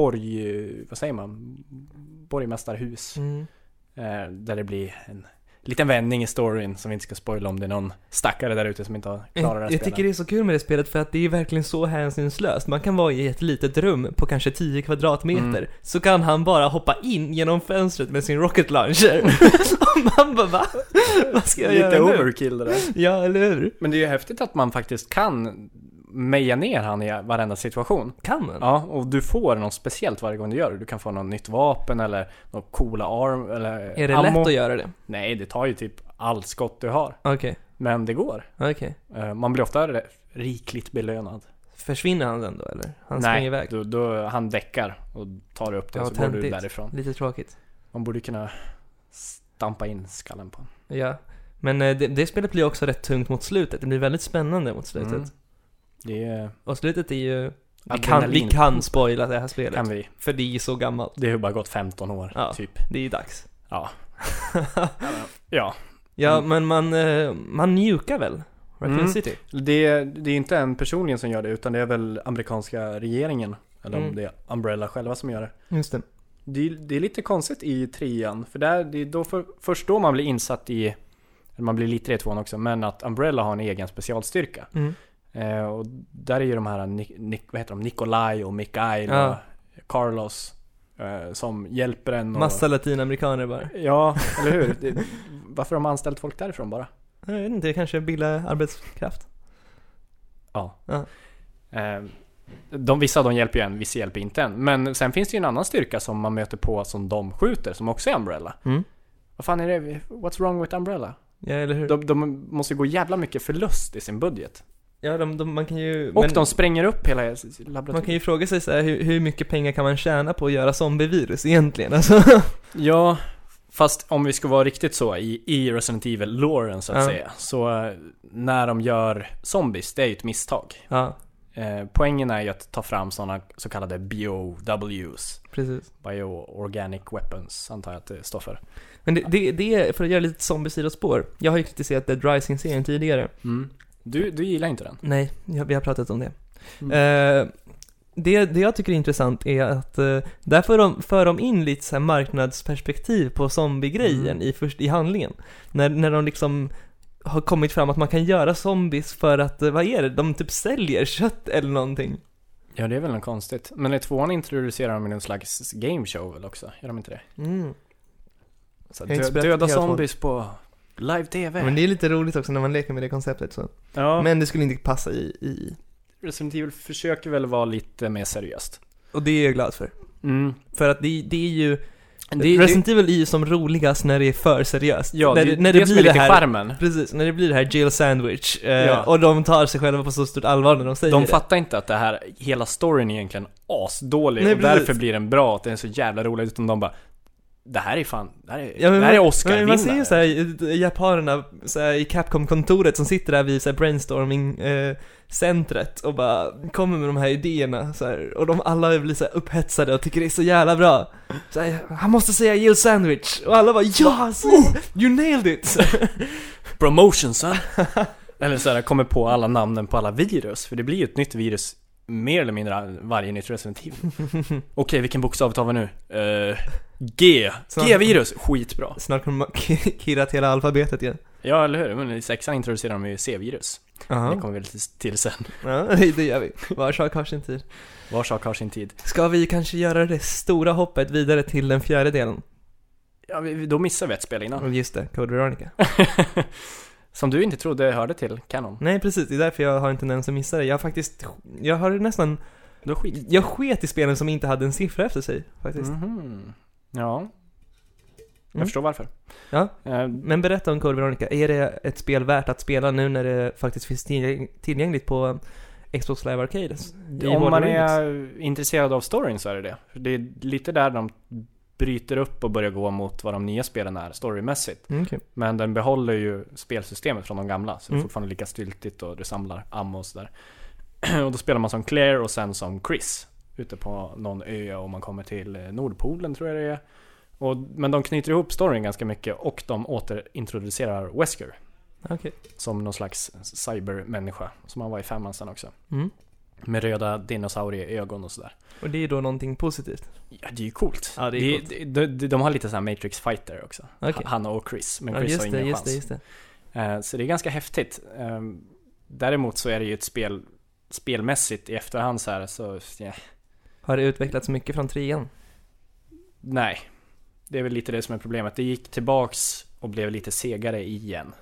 borgmästarhus. Där det blir en liten vändning i storyn som vi inte ska spoila om det är någon stackare där ute som inte har klarat det här. Jag tycker det är så kul med det spelet för att det är verkligen så hänsynslöst. Man kan vara i ett litet rum på kanske 10 kvadratmeter, så kan han bara hoppa in genom fönstret med sin rocket launcher. Och man bara, va? Vad ska jag göra nu? Lite overkill det där. Ja, eller hur? Men det är ju häftigt att man faktiskt kan meja ner han i varenda situation. Kan man? Ja, och du får något speciellt varje gång du gör det. Du kan få något nytt vapen eller något coola arm eller är det lätt att göra det? Nej, det tar ju typ allt skott du har. Okej. Men det går. Okej. Man blir ofta rikligt belönad. Försvinner han den då eller? Han springer iväg? Nej, då han däckar och tar upp det och så går du därifrån. Lite tråkigt. Man borde kunna stampa in skallen på. Ja, men det spelet blir också rätt tungt mot slutet. Det blir väldigt spännande mot slutet. Och slutet är ju... Vi kan spoila det här spelet. Kan vi? För det är så gammalt. Det har ju bara gått 15 år, typ. Det är ju dags. Ja. Ja. Ja, men man njukar väl Raccoon City. Det är inte en personligen som gör det, utan det är väl amerikanska regeringen. Eller om det är Umbrella själva som gör det. Just det. Det är lite konstigt i 3:an. För det är då först då man blir insatt i, man blir lite i 2:an också, men att Umbrella har en egen specialstyrka. Och där är ju de här vad heter de? Nikolaj och Mikhail och Carlos som hjälper en. Massa latinamerikaner bara. Ja, eller hur? Varför har de anställt folk därifrån bara? Jag vet inte, kanske billig arbetskraft. Ja. Vissa av dem hjälper ju en, vissa hjälper inte en. Men sen finns det ju en annan styrka som man möter på som de skjuter, som också är Umbrella. Vad fan är det? What's wrong with Umbrella? Ja, eller hur? De måste ju gå jävla mycket förlust i sin budget. Ja, man kan ju... Och de spränger upp hela laboratoriet. Man kan ju fråga sig så här, hur mycket pengar kan man tjäna på att göra zombievirus egentligen? Alltså. Ja, fast om vi ska vara riktigt så i Resident Evil-loren så att säga. Så när de gör zombies, det är ju ett misstag. Ja. Poängen är ju att ta fram sådana så kallade BOWs. Precis. Bioorganic Weapons, antar jag att det står för. Men det är för att göra lite zombie-sidospår. Jag har ju kritiserat Dead Rising-serien tidigare. Du gillar inte den? Nej, vi har pratat om det. Det jag tycker är intressant är att där för de in lite så här marknadsperspektiv på zombie-grejen i handlingen. När de liksom har kommit fram att man kan göra zombies för att, vad är det? De typ säljer kött eller någonting. Ja, det är väl något konstigt. Men i 2:an introducerar de en slags gameshow väl också? Gör de inte det? Så döda zombies på live-tv. Men det är lite roligt också när man leker med det konceptet så. Ja. Men det skulle inte passa i... Resident Evil försöker väl vara lite mer seriöst. Och det är jag glad för. För att det är ju... Resident Evil är ju som roligast när det är för seriöst. Ja, när det blir det här skärmen. Precis, när det blir det här jail sandwich och de tar sig själva på så stort allvar när de säger de fattar inte att det här, hela storyn är egentligen asdålig. Nej, och därför blir den bra, att den är så jävla rolig. Utan de bara, det här är fan, det här är Oscar-vinnare. Man ser ju såhär japanerna såhär, i Capcom-kontoret som sitter där vid såhär brainstorming-centret och bara kommer med de här idéerna såhär, och de alla blir såhär upphetsade och tycker det är så jävla bra. Såhär, han måste säga Jill Sandwich och alla bara, ja, you nailed it. Promotion, son. Eller såhär, kommer på alla namnen på alla virus, för det blir ju ett nytt virus mer eller mindre varje nytt Resident Evil. Okej, vilken bokstav tar vi nu? G. G-virus. Skitbra. Snart kommer man kirra till hela alfabetet igen. Ja, eller hur? Men i 6:an introducerar de ju C-virus. Det kommer vi till sen. Ja, det gör vi. Var sak har sin tid. Var sak har sin tid. Ska vi kanske göra det stora hoppet vidare till den 4:e delen? Ja, då missar vi ett spel innan. Just det, Code Veronica. Som du inte trodde hörde till Canon. Nej, precis. Det är därför jag har en tendens att missa det. Jag har nästan... Jag sket i spelen som inte hade en siffra efter sig, faktiskt. Ja. Jag förstår varför. Ja, men berätta om Code Veronica. Är det ett spel värt att spela nu när det faktiskt finns tillgängligt på Xbox Live Arcade? Om man är intresserad av storyn så är det det. Det är lite där de bryter upp och börjar gå mot vad de nya spelen är storymässigt. Okay. Men den behåller ju spelsystemet från de gamla, så det är fortfarande lika styltigt och det samlar ammo och sådär. Och då spelar man som Claire och sen som Chris ute på någon ö, och man kommer till Nordpolen tror jag det är. Men de knyter ihop storyn ganska mycket, och de återintroducerar Wesker. Okay. Som någon slags cybermänniska som han var i 5:an sen också. Med röda dinosaurieögon och sådär. Och det är då någonting positivt. Ja, det är ju coolt. Ja, det är coolt. De har lite så här Matrix Fighter också. Okay. Han och Chris, men Chris har ingen chans. Just det. Så det är ganska häftigt. Däremot så är det ju ett spelmässigt i efterhand så här, så yeah. Har det utvecklats mycket från 3:an? Nej. Det är väl lite det som är problemet. Det gick tillbaks och blev lite segare igen.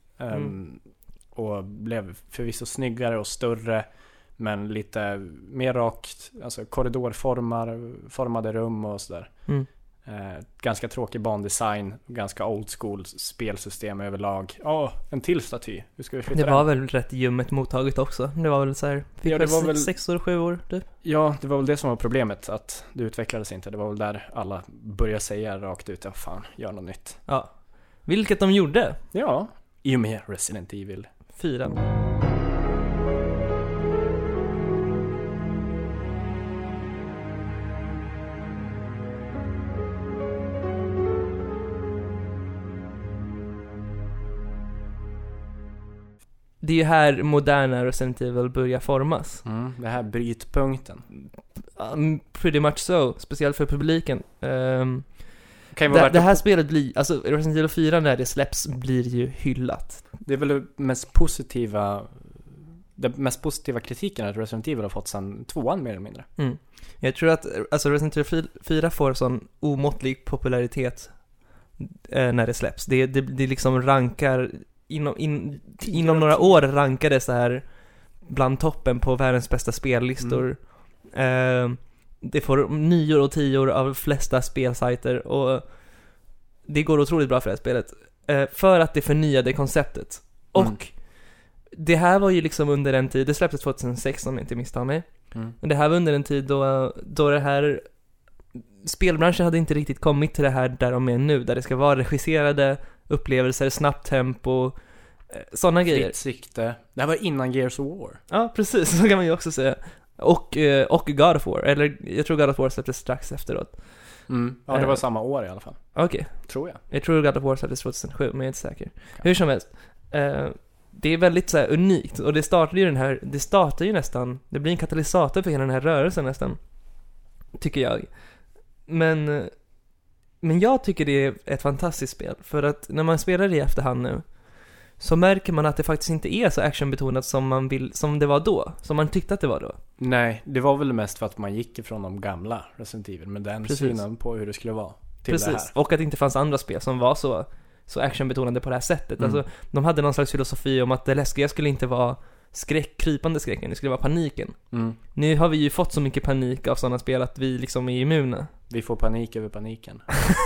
Och blev förvisso snyggare och större, men lite mer rakt, alltså korridorformade rum och sådär. Ganska tråkig bandesign, ganska old school spelsystem överlag. En till staty. Hur ska vi flytta den? Det var väl rätt ljummet mottaget också. Det var väl så här, det var väl 6 år, 7 år typ. Ja, det var väl det som var problemet, att det utvecklades inte. Det var väl där alla började säga rakt ut, fan, gör något nytt. Ja. Vilket de gjorde. Ja, i och med Resident Evil 4. det är ju här moderna Resident Evil börjar formas. Det här brytpunkten. Pretty much so, speciellt för publiken. Det här spelet blir, alltså Resident Evil 4 när det släpps blir ju hyllat. Det är väl den mest positiva kritiken att Resident Evil har fått sedan 2:an mer eller mindre. Jag tror att alltså Resident Evil 4 får sån omåttlig popularitet när det släpps. Det liksom rankar inom några år rankar det så här bland toppen på världens bästa spellistor. Det får 9 och 10 av de flesta spelsajter och det går otroligt bra för det här spelet. För att det förnyade konceptet. Och det här var ju liksom under en tid, det släpptes 2006 om jag inte misstar mig. Men det här var under en tid då det här spelbranschen hade inte riktigt kommit till det här där de är nu, där det ska vara regisserade upplevelser, snabbt tempo, sådana grejer. Fritt sikte. Det här var innan Gears of War. Ja, precis, så kan man ju också säga. Och God of War, eller jag tror God of War släpptes strax efteråt. Ja, det var samma år i alla fall. Okej. Tror jag. Jag tror God of War släpptes 2007, men jag är inte säker. Hur som helst. Det är väldigt så här unikt, och det startar ju nästan, det blir en katalysator för hela den här rörelsen nästan, tycker jag. Men jag tycker det är ett fantastiskt spel, för att när man spelar det i efterhand nu så märker man att det faktiskt inte är så actionbetonat som det var då, som man tyckte att det var då. Nej, det var väl mest för att man gick ifrån de gamla Resident Evil med den synen på hur det skulle vara till det här. Och att det inte fanns andra spel som var så actionbetonade på det här sättet. Alltså, de hade någon slags filosofi om att det läskiga skulle inte vara krypande skräcken, det skulle vara paniken. Nu har vi ju fått så mycket panik av sådana spel att vi liksom är immuna. Vi får panik över paniken.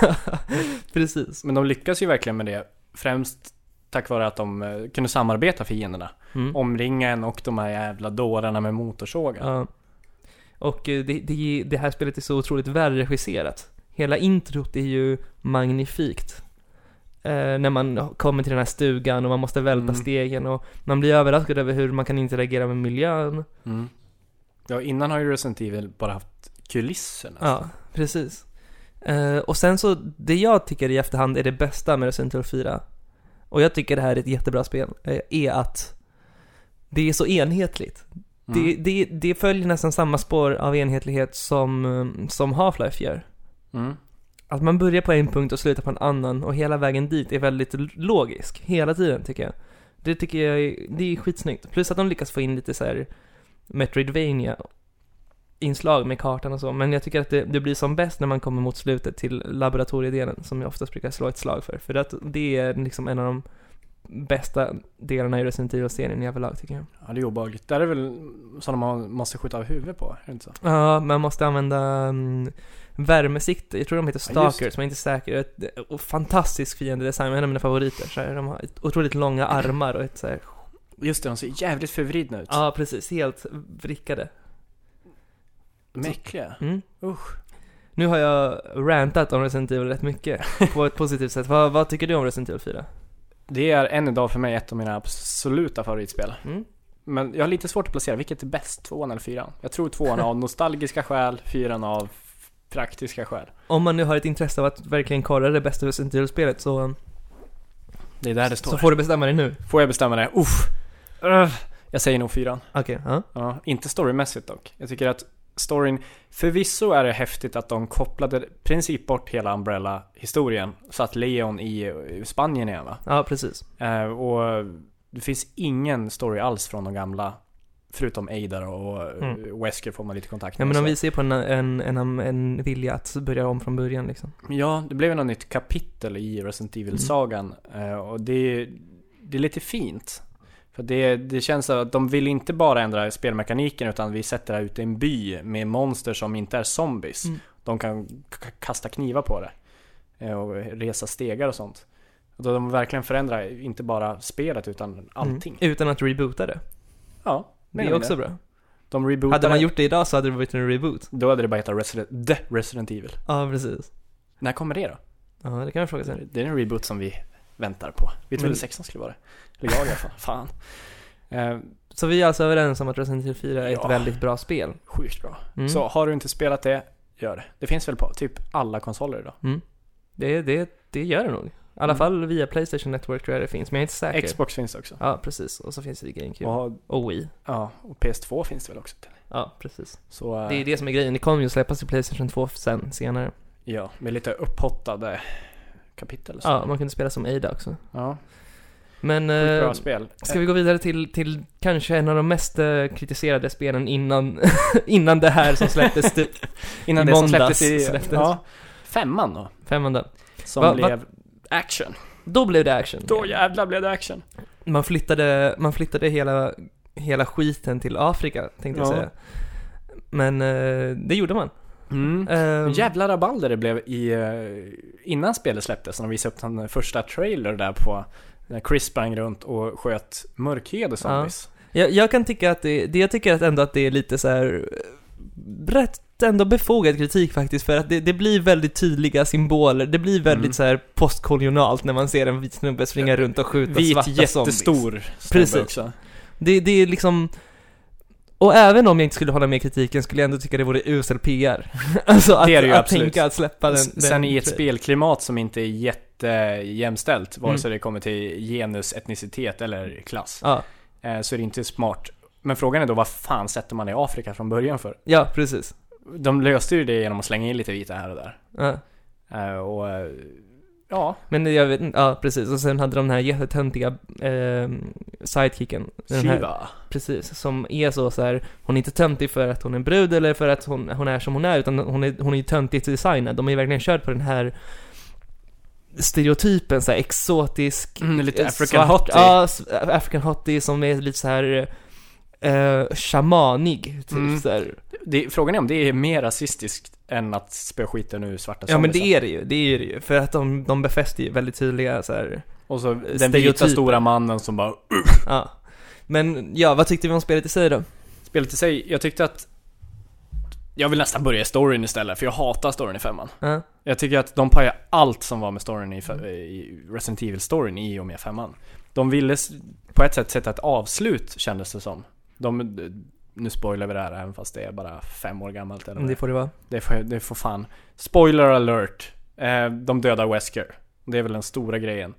Precis. Men de lyckas ju verkligen med det, främst tack vare att de kunde samarbeta fienderna. Omringa en och de här jävla dårarna med motorsågar. Ja. Och det här spelet är så otroligt välregisserat. Hela introt är ju magnifikt. När man kommer till den här stugan och man måste välta stegen och man blir överraskad över hur man kan interagera med miljön. Ja, innan har ju Resident Evil bara haft kulisserna. Ja, precis. Och sen så, det jag tycker i efterhand är det bästa med Resident Evil 4, och jag tycker det här är ett jättebra spel, är att det är så enhetligt. Det följer nästan samma spår av enhetlighet som Half-Life gör. Att man börjar på en punkt och slutar på en annan, och hela vägen dit är väldigt logisk hela tiden, tycker jag. Det tycker jag det är skitsnyggt. Plus att de lyckas få in lite så här Metroidvania inslag med kartan och så. Men jag tycker att det blir som bäst när man kommer mot slutet till laboratoriedelen, som jag oftast brukar slå ett slag för att det är liksom en av de bästa delarna i Resident Evil-serien i överlag, tycker jag. Ja, det är obehagligt. Det är väl som man måste skjuta av huvudet på, är det inte så? Ja, man måste använda värmesikte. Jag tror de heter Stalkers, men jag är inte säker. Och fantastisk fiendedesign, en av mina favoriter. Så här, de har otroligt långa armar och ett så här... Just det, de ser jävligt förvridna ut. Ja, precis. Helt vrickade. Mäckliga. Usch. Nu har jag rantat om Resident Evil rätt mycket på ett positivt sätt. Vad tycker du om Resident Evil 4? Det är än idag för mig ett av mina absoluta favoritspel. Men jag har lite svårt att placera vilket är bäst, 2:an eller 4:an. Jag tror 2:an av nostalgiska skäl, 4:an av praktiska skäl. Om man nu har ett intresse av att verkligen kolla det bästa Resident Evil-spelet, så det är där det står. Så får du bestämma dig nu. Får jag bestämma det? Jag säger nog 4:an. Okej, ja. Inte storymässigt dock. Jag tycker att storyn, förvisso är det häftigt att de kopplade princip bort hela Umbrella-historien, så att Leon i Spanien är, va? Ja, precis. Och det finns ingen story alls från de gamla, förutom Ada och Wesker får man lite kontakt med. Ja, men om vi ser på en vilja att börja om från början liksom. Ja, det blev något nytt kapitel i Resident Evil-sagan, och det är lite fint. För det känns att de vill inte bara ändra spelmekaniken, utan vi sätter där ute en by med monster som inte är zombies. De kan kasta knivar på det och resa stegar och sånt. Och då de verkligen förändrar inte bara spelet utan allting. Utan att reboota det. Ja, det är också bra. Hade man gjort det idag så hade det varit en reboot. Då hade det bara hetat Resident Evil. Ja, precis. När kommer det då? Ja, det kan man fråga sig. Det är en reboot som vi väntar på. Vi trodde 16 skulle vara det. Eller jag i alla fall. Fan. Så vi är alltså överens om att Resident Evil 4 är ett väldigt bra spel. Sjukt bra. Så har du inte spelat det, gör det. Det finns väl på typ alla konsoler idag. Det gör det nog. I alla fall via PlayStation Network tror jag det finns, men jag är inte säker. Xbox finns också. Ja, precis. Och så finns det GameCube. Och Wii. Ja, och PS2 finns det väl också till. Ja, precis. Så, det är det som är grejen. Det kommer ju släppas till PlayStation 2 senare. Ja, med lite upphottade kapitel. Så. Ja, man kunde spela som Ada också. Ja. Men bra spel. Ska vi gå vidare till kanske en av de mest kritiserade spelen innan det här som släpptes typ innan det som släpptes i femman då. Femman då. Som blev action. Då blev det action. Då jävlar blev det action. Man flyttade hela skiten till Afrika, tänkte jag säga. Men det gjorde man. Jävla rabalder det blev innan spelet släpptes, när de visade upp den första trailer där på när Chris sprang runt och sköt mörkhyade zombies. Ja. Jag kan tycka att jag tycker att ändå att det är lite så här rätt ändå befogad kritik faktiskt, för att det blir väldigt tydliga symboler. Det blir väldigt så här postkolonialt när man ser en vit snubbe springa runt och skjuta svarta jättestor zombies. Precis. Också. Det är liksom. Och även om jag inte skulle hålla med kritiken skulle jag ändå tycka det vore usel PR. Alltså att tänka att släppa den. Sen i ett spelklimat som inte är jättejämställt, vare sig det kommer till genus, etnicitet eller klass, så är det inte smart. Men frågan är då, vad fan sätter man i Afrika från början för? Ja, precis. De löste ju det genom att slänga in lite vita här och där. Ja. Men jag vet inte, precis. Och sen hade de den här jättetöntiga sidekicken. Shiva. Precis, som är så här, hon är inte töntig för att hon är en brud eller för att hon är som hon är, utan hon är ju töntig till designen. De är ju verkligen kört på den här stereotypen, så här exotisk, lite African hottie. Ja, African hottie som är lite så här shamanig typ så här. Frågan är om det är mer rasistiskt än att spöa skiten ur svarta zombies. Ja, men det är det ju för att de befäster ju väldigt tydliga så här. Och så den vita stora mannen som bara Ja. Men vad tyckte vi om spelet i sig då? Spelet i sig, jag tyckte att jag vill nästan börja i storyn istället, för jag hatar storyn i femman. Jag tycker att de pajar allt som var med storyn i Resident Evil-storyn i och med femman. De ville på ett sätt sätta ett avslut, kändes det som. Nu spoilar vi det här, även fast det är bara 5 år gammalt. Eller det får det vara. Det får fan. Spoiler alert. De dödar Wesker. Det är väl den stora grejen.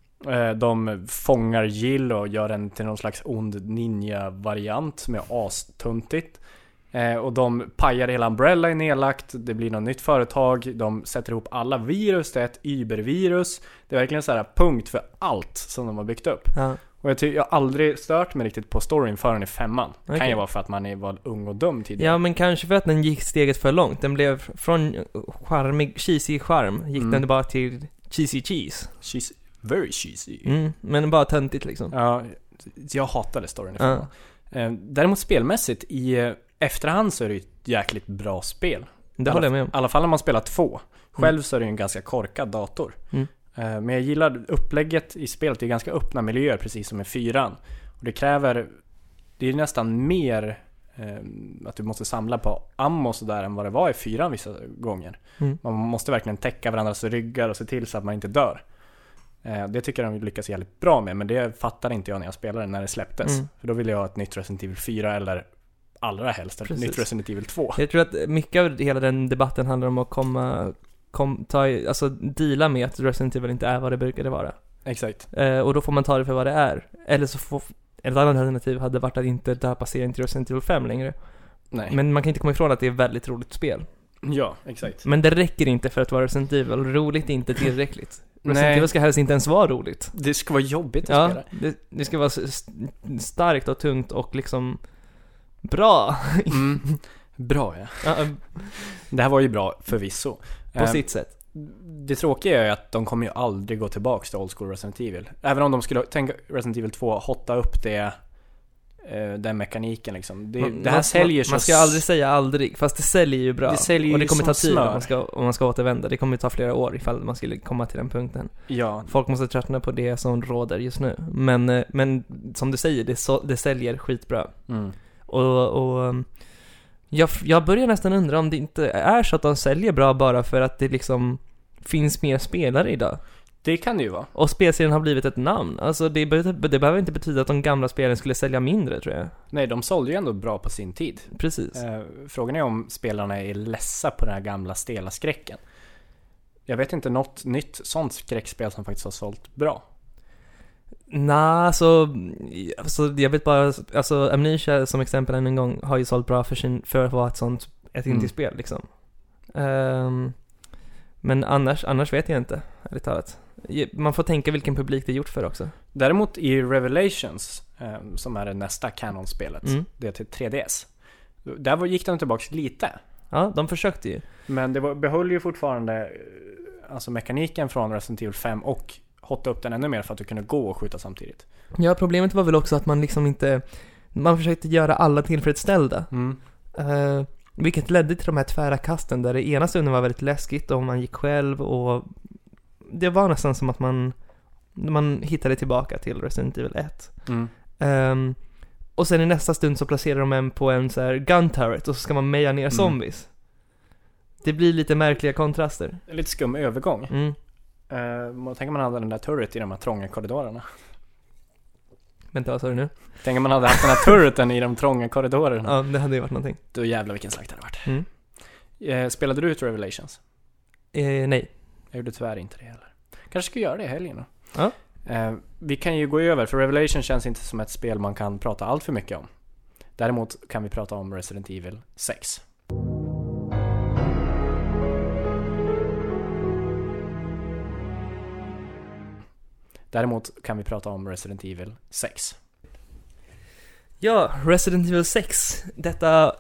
De fångar Jill och gör den till någon slags ond ninja-variant som är astuntigt. Och de pajar hela Umbrella är nedlagt. Det blir något nytt företag. De sätter ihop alla virus. Det är ett Uber-virus. Det är verkligen så här punkt för allt som de har byggt upp. Och jag har aldrig stört mig riktigt på storyn förrän i femman. Okay. Kan ju vara för att man var ung och dum tidigare. Ja, men kanske för att den gick steget för långt. Den blev från cheesy charm gick den bara till cheesy cheese. Cheesy, very cheesy. Men bara töntigt liksom. Ja, jag hatade storyn i femman. Däremot spelmässigt i efterhand så är det ett jäkligt bra spel. Det håller jag med om. I alla fall när man spelar 2. Själv så är det en ganska korkad dator. Men jag gillar upplägget i spelet. Det är ganska öppna miljöer, precis som i 4. Och det är nästan mer att du måste samla på ammo så där än vad det var i 4 vissa gånger. Man måste verkligen täcka varandras ryggar och se till så att man inte dör. Det tycker jag de lyckas jävligt bra med. Men det fattar inte jag när jag spelade när det släpptes. För då ville jag ha ett nytt Resident Evil 4 eller allra helst ett nytt Resident Evil 2. Jag tror att mycket av hela den debatten handlar om att deala med att Resident Evil inte är vad det brukade vara. Exakt. Och då får man ta det för vad det är. Eller så får ett annat alternativ hade varit att inte döpa serien till Resident Evil 5 längre. Nej. Men man kan inte komma ifrån att det är ett väldigt roligt spel. Ja, exakt. Men det räcker inte för att vara Resident Evil. Roligt är inte tillräckligt. Resident Evil ska helst inte ens vara roligt. Det ska vara jobbigt att spela. Det ska vara starkt och tungt och liksom bra. Bra, ja. Det här var ju bra förvisso. På sitt sätt. Det tråkiga är att de kommer ju aldrig gå tillbaka till Old School Resident Evil. Även om de skulle tänka Resident Evil 2 hotta upp den mekaniken liksom. Det här säljer så... Man ska aldrig säga aldrig, fast det säljer ju bra. Det säljer och det kommer ta tid smör. om man ska återvända. Det kommer ta flera år ifall man skulle komma till den punkten. Ja. Folk måste tröttna på det som råder just nu. Men som du säger, det säljer skitbra. Och jag börjar nästan undra om det inte är så att de säljer bra bara för att det liksom finns mer spelare idag. Det kan det ju vara. Och spelserien har blivit ett namn. Alltså det behöver inte betyda att de gamla spelen skulle sälja mindre, tror jag. Nej, de sålde ju ändå bra på sin tid. Precis. Frågan är om spelarna är ledsa på den här gamla stela skräcken. Jag vet inte något nytt sånt skräckspel som faktiskt har sålt bra. Alltså jag vet bara, alltså Amnesia som exempel en gång har ju sålt bra för att vara ett indie-spel liksom. Men annars vet jag inte, ärligt talat. Man får tänka vilken publik det är gjort för också. Däremot i Revelations, som är det nästa Canon-spelet, det är till 3DS. Där gick de tillbaka lite. Ja, de försökte ju. Men det behöll ju fortfarande alltså mekaniken från Resident Evil 5 och hotta upp den ännu mer för att du kunde gå och skjuta samtidigt. Ja, problemet var väl också att man liksom inte... Man försökte göra alla tillfredsställda. Vilket ledde till de här tvära kasten där det ena stunden var väldigt läskigt och man gick själv och det var nästan som att man hittade tillbaka till Resident Evil 1. Och sen i nästa stund så placerar de en på en så här gun turret och så ska man meja ner zombies. Det blir lite märkliga kontraster. Lite skum övergång. Tänker man hade den där turret i de här trånga korridorerna. Vänta, vad sa du nu? Tänker man hade haft den här turreten i de trånga korridorerna. Ja, det hade ju varit någonting. Då jävlar vilken slakt det hade varit. Spelade du ut Revelations? Nej. Jag gjorde tyvärr inte det heller. Kanske ska göra det i helgen då. Ja. Vi kan ju gå över, för Revelation känns inte som ett spel man kan prata allt för mycket om. Däremot kan vi prata om Resident Evil 6. Ja, Resident Evil 6. Detta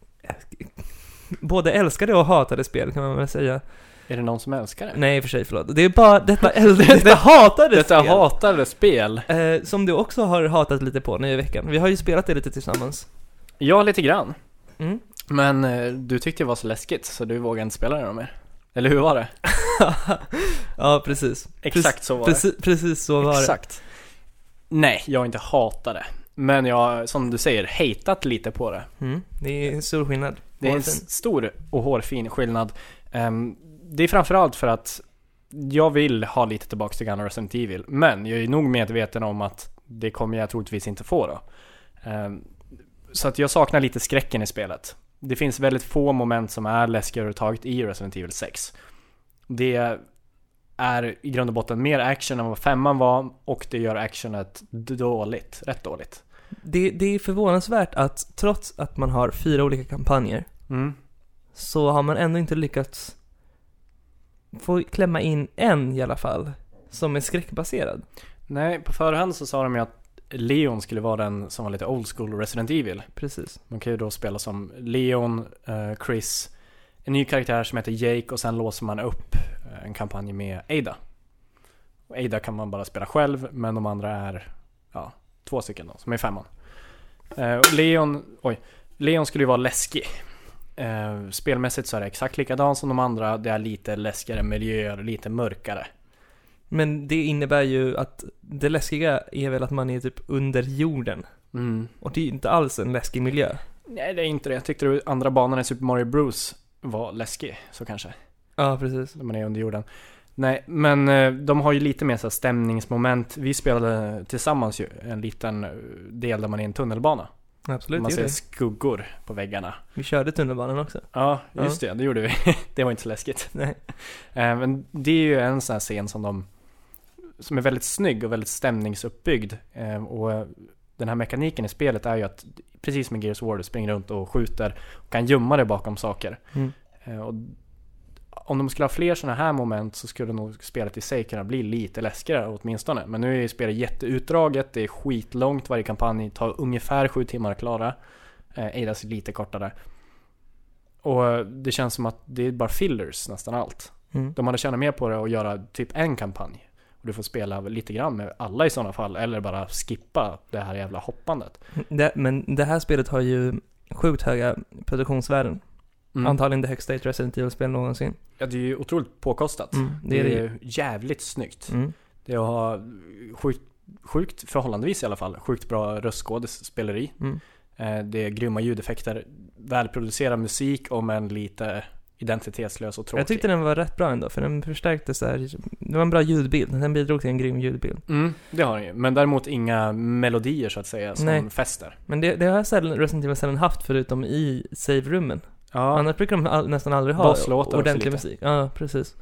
både älskade och hatade spel kan man väl säga. Är det någon som älskar det? Nej, för sig, förlåt. Det är bara detta hatade spel. Som du också har hatat lite på nu i veckan. Vi har ju spelat det lite tillsammans. Ja, lite grann. Men du tyckte det var så läskigt så du vågade inte spela det mer. Eller hur var det? Ja, precis. Exakt så var det. Precis så var det. Exakt. Nej, jag inte hatade. Men jag, som du säger, hatat lite på det. Det är en stor skillnad. Det är en stor och hårfin skillnad. Det är framförallt för att jag vill ha lite tillbaka till gamla Resident Evil. Men jag är nog medveten om att det kommer jag troligtvis inte få då. Så att jag saknar lite skräcken i spelet. Det finns väldigt få moment som är läskiga överhuvudtaget i Resident Evil 6. Det är i grund och botten mer action än vad 5:an var, och det gör actionet rätt dåligt. Det är förvånansvärt att trots att man har 4 olika kampanjer så har man ändå inte lyckats få klämma in en i alla fall som är skräckbaserad. Nej, på förhand så sa de ju att Leon skulle vara den som var lite old school Resident Evil. Precis. Man kan ju då spela som Leon, Chris, en ny karaktär som heter Jake, och sen låser man upp en kampanj med Ada. Och Ada kan man bara spela själv, men de andra är 2 stycken då, som är 5:an. Leon skulle ju vara läskig. Spelmässigt så är det exakt likadant som de andra. Det är lite läskigare miljöer, lite mörkare. Men det innebär ju att det läskiga är väl att man är typ under jorden. Och det är inte alls en läskig miljö. Nej, det är inte det. Jag tyckte att andra banan i Super Mario Bros var läskig, så kanske. Ja, precis. När man är under jorden. Nej, men de har ju lite mer så här stämningsmoment. Vi spelade tillsammans ju en liten del där man är i en tunnelbana. Absolut. Man ser skuggor på väggarna. Vi körde tunnelbanan också. Ja, just det gjorde vi. Det var inte så läskigt. Nej. Men det är ju en sån här scen som är väldigt snygg och väldigt stämningsuppbyggd. Och den här mekaniken i spelet är ju att, precis som i Gears of War, du springer runt och skjuter och kan gömma dig bakom saker. Och om de skulle ha fler sådana här moment så skulle nog spelet i sig kunna bli lite läskigare åtminstone. Men nu är ju spelet jätteutdraget, det är skitlångt, varje kampanj tar ungefär 7 timmar att klara. Adas är lite kortare. Och det känns som att det är bara fillers nästan allt. De hade tjänat mer på det att göra typ en kampanj. Och du får spela lite grann med alla i sådana fall, eller bara skippa det här jävla hoppandet. Men det här spelet har ju sjukt höga produktionsvärden. Antagligen det högsta i ett Resident Evil-spel någonsin. Ja, det är ju otroligt påkostat. Det är jävligt snyggt. Det har sjukt, förhållandevis i alla fall, sjukt bra röstskådespeleri. Det är grymma ljudeffekter, välproducerad musik, om en lite identitetslös och tråkig. Jag tyckte den var rätt bra ändå, för den förstärkte så här. Det var en bra ljudbild, den bidrog till en grym ljudbild. Det har den ju, men däremot inga melodier så att säga som fäster. Men det har Resident Evil sällan haft förutom i save-rummen. Ja. Annars brukar de nästan aldrig ha ordentlig musik. Ja, precis.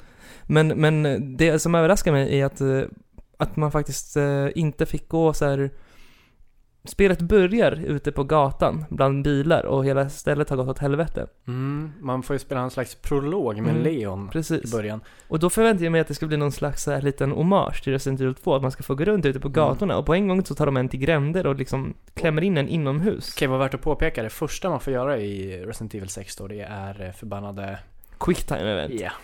Men det som överraskar mig är att man faktiskt inte fick gå så här. Spelet börjar ute på gatan bland bilar och hela stället har gått åt helvete. Man får ju spela en slags prolog med Leon i början. Och då förväntar jag mig att det ska bli någon slags så här liten hommage till Resident Evil 2, att man ska få gå runt ute på gatorna och på en gång så tar de en till gränder och liksom klämmer in en inomhus. Okej, vad värt att påpeka, det första man får göra i Resident Evil 6 då, det är förbannade quicktime event. Ja.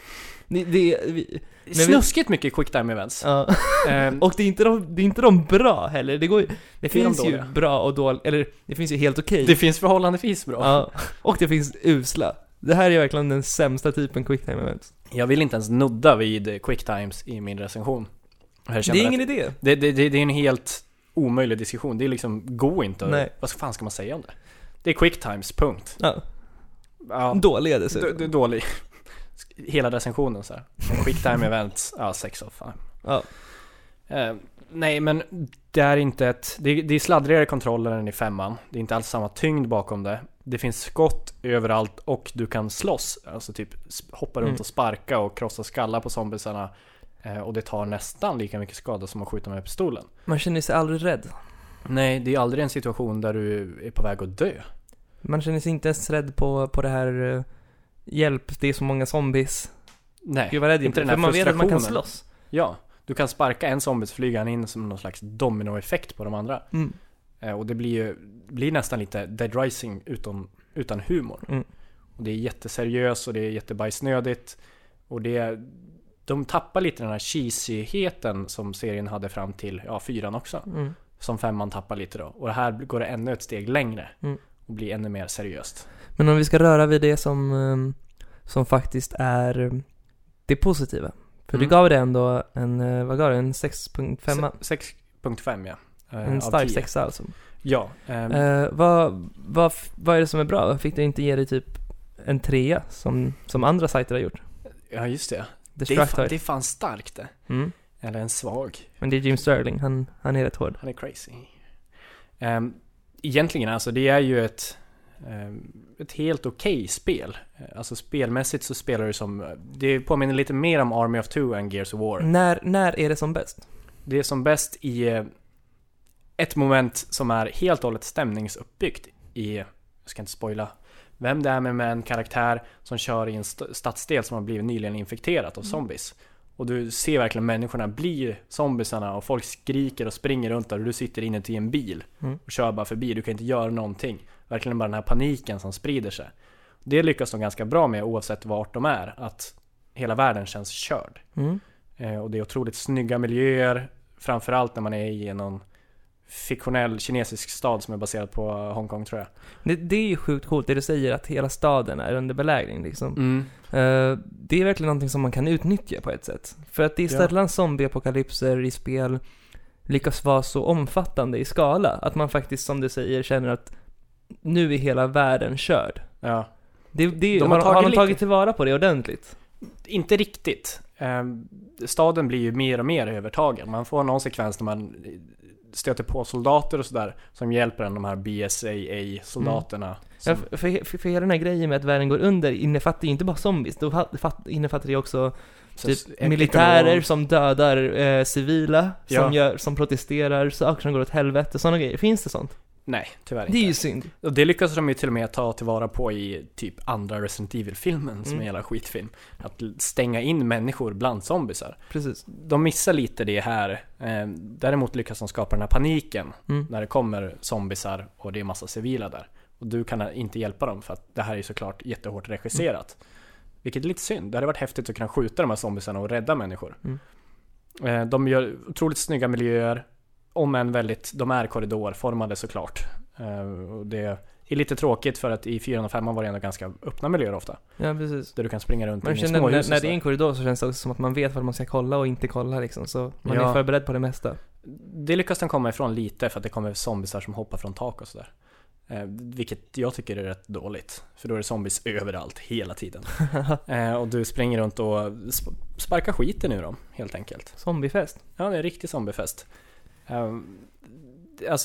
Snuskigt mycket quicktime events. Ja. Och det är inte de bra heller. Det finns ju bra och dåligt, eller det finns ju helt okej. Det finns förhållandevis bra. Ja. Och det finns usla. Det här är verkligen den sämsta typen quicktime events. Jag vill inte ens nudda vid quickttimes i min recension. Det är ingen idé. Det är en helt omöjlig diskussion. Det är liksom, gå inte. Nej. Vad fan ska man säga om det? Det är quickttimes, punkt. Ja. Dåliga dessutom. Det är dålig. Hela recensionen så här. Quicktime events, 6 av 5. Ja. Nej, men det är inte det är sladdrigare kontroller än i 5:an. Det är inte alls samma tyngd bakom det. Det finns skott överallt och du kan slåss. Alltså typ hoppa runt och sparka och krossa skallar på zombiesarna. Och det tar nästan lika mycket skada som att skjuta med pistolen. Man känner sig aldrig rädd. Nej, det är aldrig en situation där du är på väg att dö. Man känner sig inte ens rädd på det här hjälp, det är så många zombies. Nej, Gud, vad rädd inte den här, för man vet att man kan slåss. Ja, du kan sparka en zombies, flyga han in som någon slags dominoeffekt på de andra. Och det blir nästan lite Dead Rising utan humor. Och det är jätteseriöst och det är jättebajsnödigt. Och de tappar lite den här cheesyheten som serien hade fram till 4:an också. Som 5:an tappar lite då. Och det här går det ännu ett steg längre och blir ännu mer seriöst. Men om vi ska röra vid det som faktiskt är det positiva. För du gav det ändå en 6.5. 6.5, ja. En stark 6 alltså. Ja. Vad är det som är bra? Fick det inte ge dig typ en 3 som andra sajter har gjort? Ja, just det. Det är fan starkt det. Eller en svag. Men det är Jim Sterling, han är rätt hård. Han är crazy. Egentligen alltså, det är ju ett helt okej spel. Alltså spelmässigt så spelar det som, det påminner lite mer om Army of Two än Gears of War. När är det som bäst? Det är som bäst i ett moment som är helt och hållet stämningsuppbyggt i, jag ska inte spoila vem det är, med en karaktär som kör i en stadsdel som har blivit nyligen infekterat av zombies. Och du ser verkligen människorna bli zombiesarna och folk skriker och springer runt där och du sitter inne i en bil och kör bara förbi. Du kan inte göra någonting. Verkligen bara den här paniken som sprider sig. Det lyckas de ganska bra med oavsett vart de är. Att hela världen känns körd. Och det är otroligt snygga miljöer. Framförallt när man är i någon fiktionell kinesisk stad som är baserad på Hongkong, tror jag. Det är ju sjukt coolt det du säger, att hela staden är under belägring liksom. Det är verkligen någonting som man kan utnyttja på ett sätt. För att det är sällan zombieapokalypser i spel lyckas vara så omfattande i skala att man faktiskt, som du säger, känner att nu är hela världen körd. Ja. Har de tagit tillvara på det ordentligt? Inte riktigt. Staden blir ju mer och mer övertagen. Man får någon sekvens när man stöter på soldater och sådär som hjälper en, de här BSAA-soldaterna. Ja, för hela den här grejen med att världen går under innefattar ju inte bara zombies. Då innefattar det också typ militärer som dödar civila, som protesterar, saker som går åt helvete, sådana grejer. Finns det sånt? Nej, tyvärr inte. Det är ju synd. Och det lyckas de ju till och med ta tillvara på i typ andra Resident Evil-filmen som är en jävla skitfilm. Att stänga in människor bland zombiesar. Precis. De missar lite det här. Däremot lyckas de skapa den här paniken när det kommer zombiesar och det är massa civila där. Och du kan inte hjälpa dem för att det här är såklart jättehårt regisserat. Vilket är lite synd. Det hade varit häftigt att kunna skjuta de här zombiesarna och rädda människor. De gör otroligt snygga miljöer. Om en de är korridorformade såklart. Och det är lite tråkigt för att i 4 och 5 var det ändå ganska öppna miljöer ofta. Ja, precis. Där du kan springa runt i små hus. När det är en korridor så känns det också som att man vet vad man ska kolla och inte kolla liksom. Så man är förberedd på det mesta. Det lyckas den komma ifrån lite för att det kommer zombiesar som hoppar från tak och sådär. Vilket jag tycker är rätt dåligt. För då är det zombies överallt hela tiden. Och du springer runt och sparkar skiten ur dem helt enkelt. Zombiefest. Ja, det är en riktig zombiefest. Alltså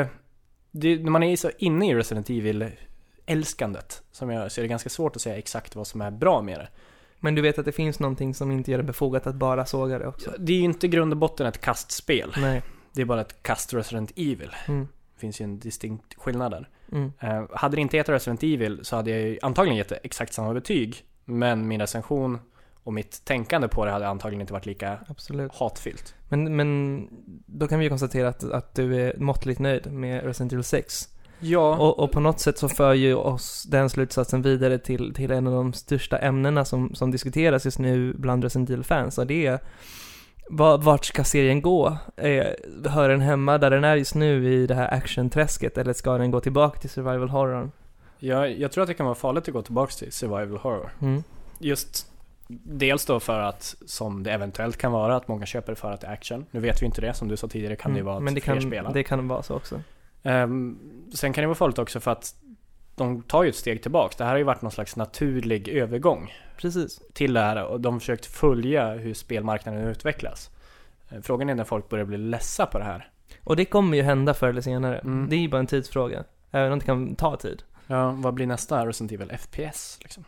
när man är så inne i Resident Evil älskandet som jag ser, det är ganska svårt att säga exakt vad som är bra med det. Men du vet att det finns någonting som inte gör det befogat att bara såga det också. Det är ju inte grund och botten ett kastspel. Nej. Det är bara ett kast Resident Evil. Det finns ju en distinkt skillnad där. Hade det inte hetat Resident Evil så hade jag ju antagligen gett det exakt samma betyg. Men min recension och mitt tänkande på det hade antagligen inte varit lika hatfyllt. Men då kan vi ju konstatera att du är måttligt nöjd med Resident Evil 6. Ja. Och på något sätt så för ju oss den slutsatsen vidare till en av de största ämnena som diskuteras just nu bland Resident Evil-fans. Och det är vart ska serien gå? Hör den hemma där den är just nu i det här action-träsket, eller ska den gå tillbaka till survival horror? Ja, jag tror att det kan vara farligt att gå tillbaka till survival horror. Just dels då för att, som det eventuellt kan vara, att många köper för att det är action. Nu vet vi inte det, som du sa tidigare kan det ju vara att fler spelar. Det kan vara så också. Sen kan det vara farligt också för att de tar ju ett steg tillbaka. Det här har ju varit någon slags naturlig övergång. Precis. Till det här, och de har försökt följa hur spelmarknaden utvecklas. Frågan är när folk börjar bli ledsa på det här. Och det kommer ju hända förr eller senare. Det är ju bara en tidsfråga. Även om det kan ta tid. Ja, vad blir nästa Resident Evil FPS liksom?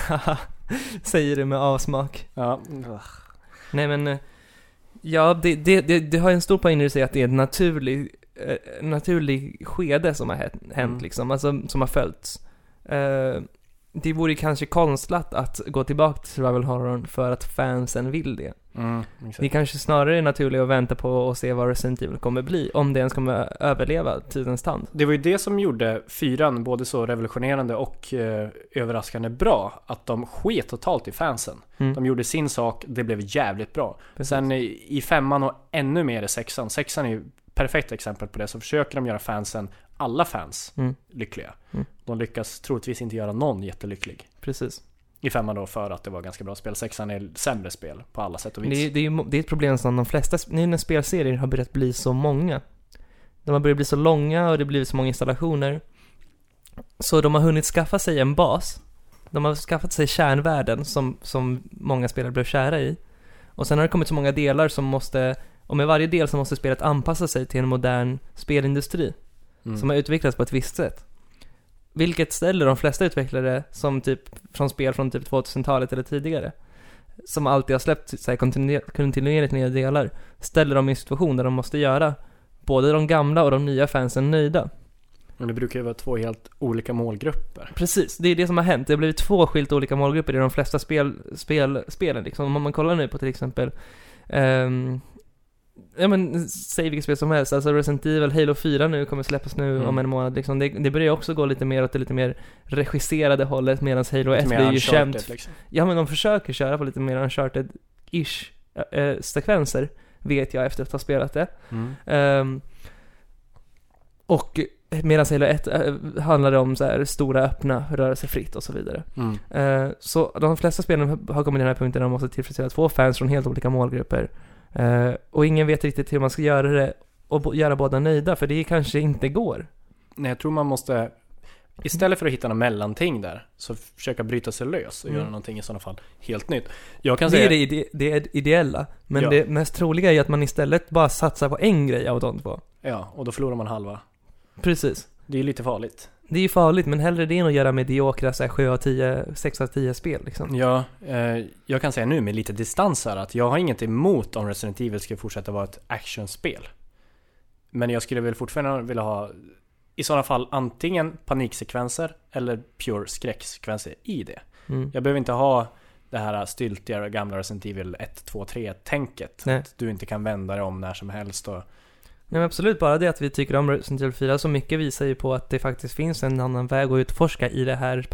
Säger du med avsmak. Ja. Nej men, ja, det har en stor poäng när du säger att det är en naturlig skede som har hänt liksom, alltså som har följts. Det vore kanske konstlat att gå tillbaka till survival horror för att fansen vill det. Det är kanske snarare naturligt att vänta på och se vad Resident Evil kommer bli, om det ens kommer överleva tidens tand. Det var ju det som gjorde 4:an både så revolutionerande och överraskande bra, att de sket totalt i fansen. De gjorde sin sak, det blev jävligt bra. Precis. Sen i 5:an och ännu mer i 6:an. 6:an är ju perfekt exempel på det, så försöker de göra fansen, alla fans, lyckliga. De lyckas troligtvis inte göra någon jättelycklig. Precis. I 5:an då, för att det var ganska bra spel. 6:an är sämre spel på alla sätt och vis. Det är ett problem som de flesta när spelserier har börjat bli så många. De har börjat bli så långa och det blir så många installationer. Så de har hunnit skaffa sig en bas. De har skaffat sig kärnvärden som många spelare blev kära i. Och sen har det kommit så många delar som måste, och med varje del så måste spelet anpassa sig till en modern spelindustri som har utvecklats på ett visst sätt. Vilket ställer de flesta utvecklare som typ från spel från typ 2000-talet eller tidigare, som alltid har släppt så här kontinuerligt nya delar, ställer dem i en situation där de måste göra både de gamla och de nya fansen nöjda. Men det brukar ju vara två helt olika målgrupper. Precis, det är det som har hänt. Det har blivit två skilt olika målgrupper i de flesta spelen liksom. Om man kollar nu på till exempel ja men säg vilket spel som helst, alltså Resident Evil, Halo 4 nu kommer släppas nu om en månad liksom. Det börjar också gå lite mer åt det lite mer regisserade hållet, medan Halo 1 blir ju känt liksom. Ja, men de försöker köra på lite mer Uncharted-ish sekvenser, vet jag efter att ha spelat det. Och medan Halo 1 handlar om så här stora öppna, röra sig fritt och så vidare. Så de flesta spelen har kommit till den här punkten där de måste tillfredsställa två fans från helt olika målgrupper. Och ingen vet riktigt hur man ska göra det och göra båda nöjda, för det kanske inte går. Nej, jag tror man måste, istället för att hitta något mellanting där, så försöka bryta sig lös och göra någonting i sådana fall helt nytt. Jag kan säga det är ideella, men det mest troliga är att man istället bara satsar på en grej av de två. Ja, och då förlorar man halva. Precis. Det är lite farligt. Det är ju farligt, men hellre det än att göra mediokra 7 av 10, 6 av 10 spel liksom. Ja, jag kan säga nu med lite distans här att jag har inget emot om Resident Evil ska fortsätta vara ett actionspel. Men jag skulle väl fortfarande vilja ha i sådana fall antingen paniksekvenser eller pure skräcksekvenser i det. Jag behöver inte ha det här styltiga gamla Resident Evil 1, 2, 3-tänket. Att du inte kan vända dig om när som helst och... Ja, men absolut, bara det att vi tycker om Resident Evil 4 så mycket visar ju på att det faktiskt finns en annan väg att utforska i det här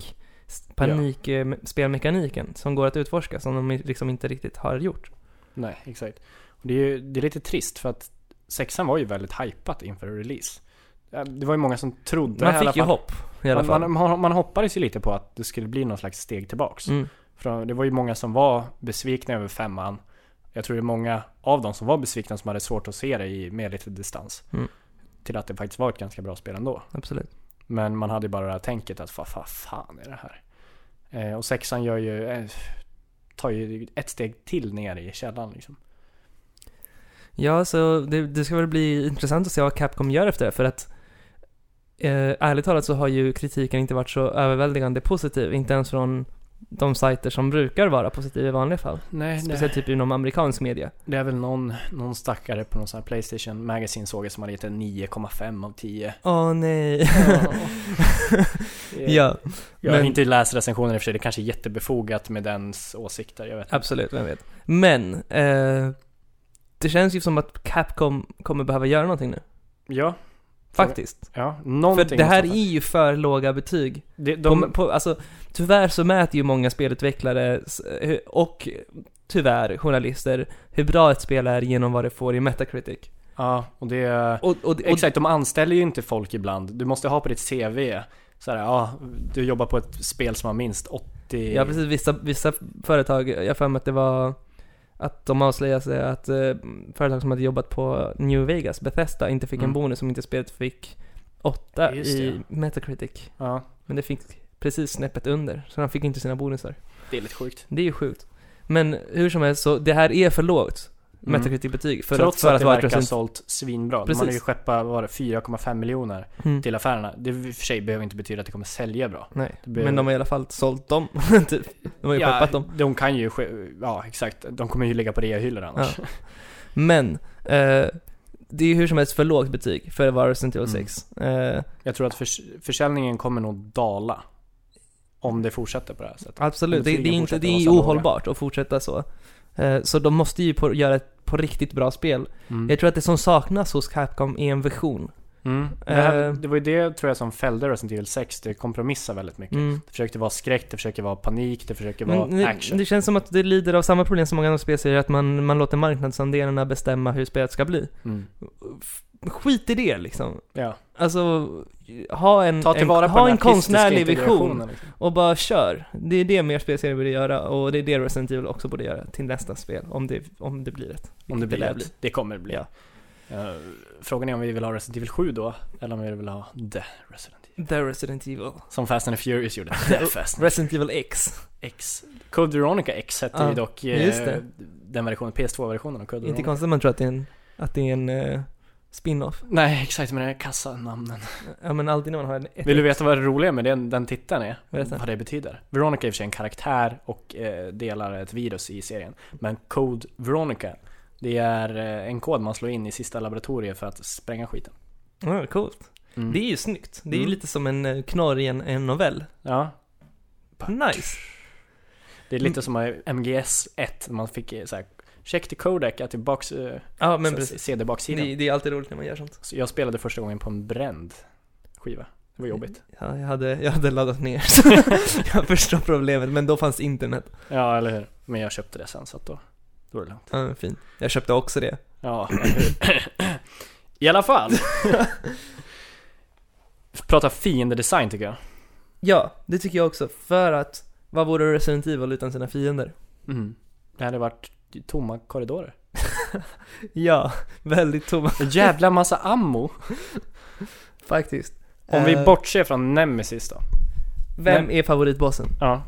spelmekaniken som går att utforska, som de liksom inte riktigt har gjort. Nej, exakt. Och det är lite trist för att 6an var ju väldigt hypat inför release. Det var ju många som trodde... Man fick ju hopp i alla fall. Man hoppades ju lite på att det skulle bli någon slags steg tillbaks. För det var ju många som var besvikna över 5an. Jag tror det är många av dem som var besvikna som hade svårt att se det med lite distans. Till att det faktiskt var ett ganska bra spel ändå. Absolut. Men man hade bara det här tänket att vad fan är det här? Och 6an tar ju ett steg till ner i källan liksom. Ja, så det ska väl bli intressant att se vad Capcom gör efter det, för att ärligt talat så har ju kritiken inte varit så överväldigande positiv, inte ens från de sajter som brukar vara positiva i vanliga fall. Nej, Speciellt typ inom amerikansk media. Det är väl någon stackare på någon sån här PlayStation Magazine såg som hade gett en 9,5 av 10. Nej. Ja. Jag har inte läst recensioner i och för sig. Det kanske är jättebefogat med dens åsikter. Jag vet inte. Absolut, vem vet. Men det känns ju som att Capcom kommer behöva göra någonting nu. Ja. Faktiskt. Ja, någonting. För det här är ju för låga betyg. Alltså, tyvärr så mäter ju många spelutvecklare och tyvärr journalister hur bra ett spel är genom vad det får i Metacritic. Ja, och det exakt, de anställer ju inte folk ibland. Du måste ha på ditt CV så här, ja, du jobbar på ett spel som har minst 80. Ja, precis. Vissa företag, jag får med att det var att de avslöjade sig att företag som hade jobbat på New Vegas, Bethesda, inte fick en bonus, som inte spelet fick 8 i Metacritic. Ja. Men det fick precis snäppet under, så de fick inte sina bonusar. Det är lite sjukt. Det är ju sjukt. Men hur som helst, så det här är för lågt Metacritic-betyg trots att det verkar sålt svinbra. Precis. De hade ju skeppat 4,5 miljoner till affärerna. Det i och för sig behöver inte betyda att det kommer sälja bra. Nej, men de har i alla fall sålt dem. De har ju skeppat dem. De kan ju, ja exakt, de kommer ju ligga på reahyllor annars. Ja. Men det är ju hur som helst för lågt betyg för att vara Resident Evil 6. Jag tror att försäljningen kommer nog dala om det fortsätter på det här sättet. Absolut, det är ohållbart att fortsätta så. Så de måste ju göra ett på riktigt bra spel. Jag tror att det som saknas hos Capcom är en vision. Det var ju det, tror jag, som fällde Resident Evil 6. Det kompromissar väldigt mycket. Det försökte vara skräck, det försöker vara panik, det försöker vara action. Det känns som att det lider av samma problem som många andra spelserier, att man låter marknadsandelarna bestämma hur spelet ska bli. Skit i det liksom. Ja. Ha en konstnärlig vision liksom. Och bara kör. Det är det mer spelserier borde göra, och det är det Resident Evil också borde göra till nästa spel, om det blir rätt. Om det blir rätt. Det kommer bli. Ja. Frågan är om vi vill ha Resident Evil 7 då, eller om vi vill ha The Resident Evil. Som Fast and the Furious gjorde. Resident Evil X. Code Veronica X hette ju dock den versionen, PS2-versionen av Code Veronica. Inte konstigt man tror att det är en spin-off. Nej, exakt, med den här kassanamnen. Ja, men alltid när man har en... Vill du veta vad det roliga med den titeln är? Vad det betyder? Veronica är i och för sig en karaktär och delar ett virus i serien. Men Code Veronica, det är en kod man slår in i sista laboratoriet för att spränga skiten. Ja, coolt. Det är ju snyggt. Det är ju lite som en knorr i en novell. Ja. Nice. Det är lite som MGS1. Man fick så här, check the codec att tillbaks CD-baksidan. Det är alltid roligt när man gör sånt. Så jag spelade första gången på en bränd skiva. Det var jobbigt. Ja, jag hade laddat ner. Jag förstår problemet, men då fanns internet. Ja, eller hur? Men jag köpte det sen, så att då är det lugnt. Ja, fint. Jag köpte också det. Ja, eller hur? I alla fall. Prata fiendedesign tycker jag. Ja, det tycker jag också. För att, vad vore Resident Evil utan sina fiender? Det hade varit tomma korridorer. Ja, väldigt tomma. En jävla massa ammo. Faktiskt. Om vi bortser från Nemesis då. Vem är favoritbossen? Ja.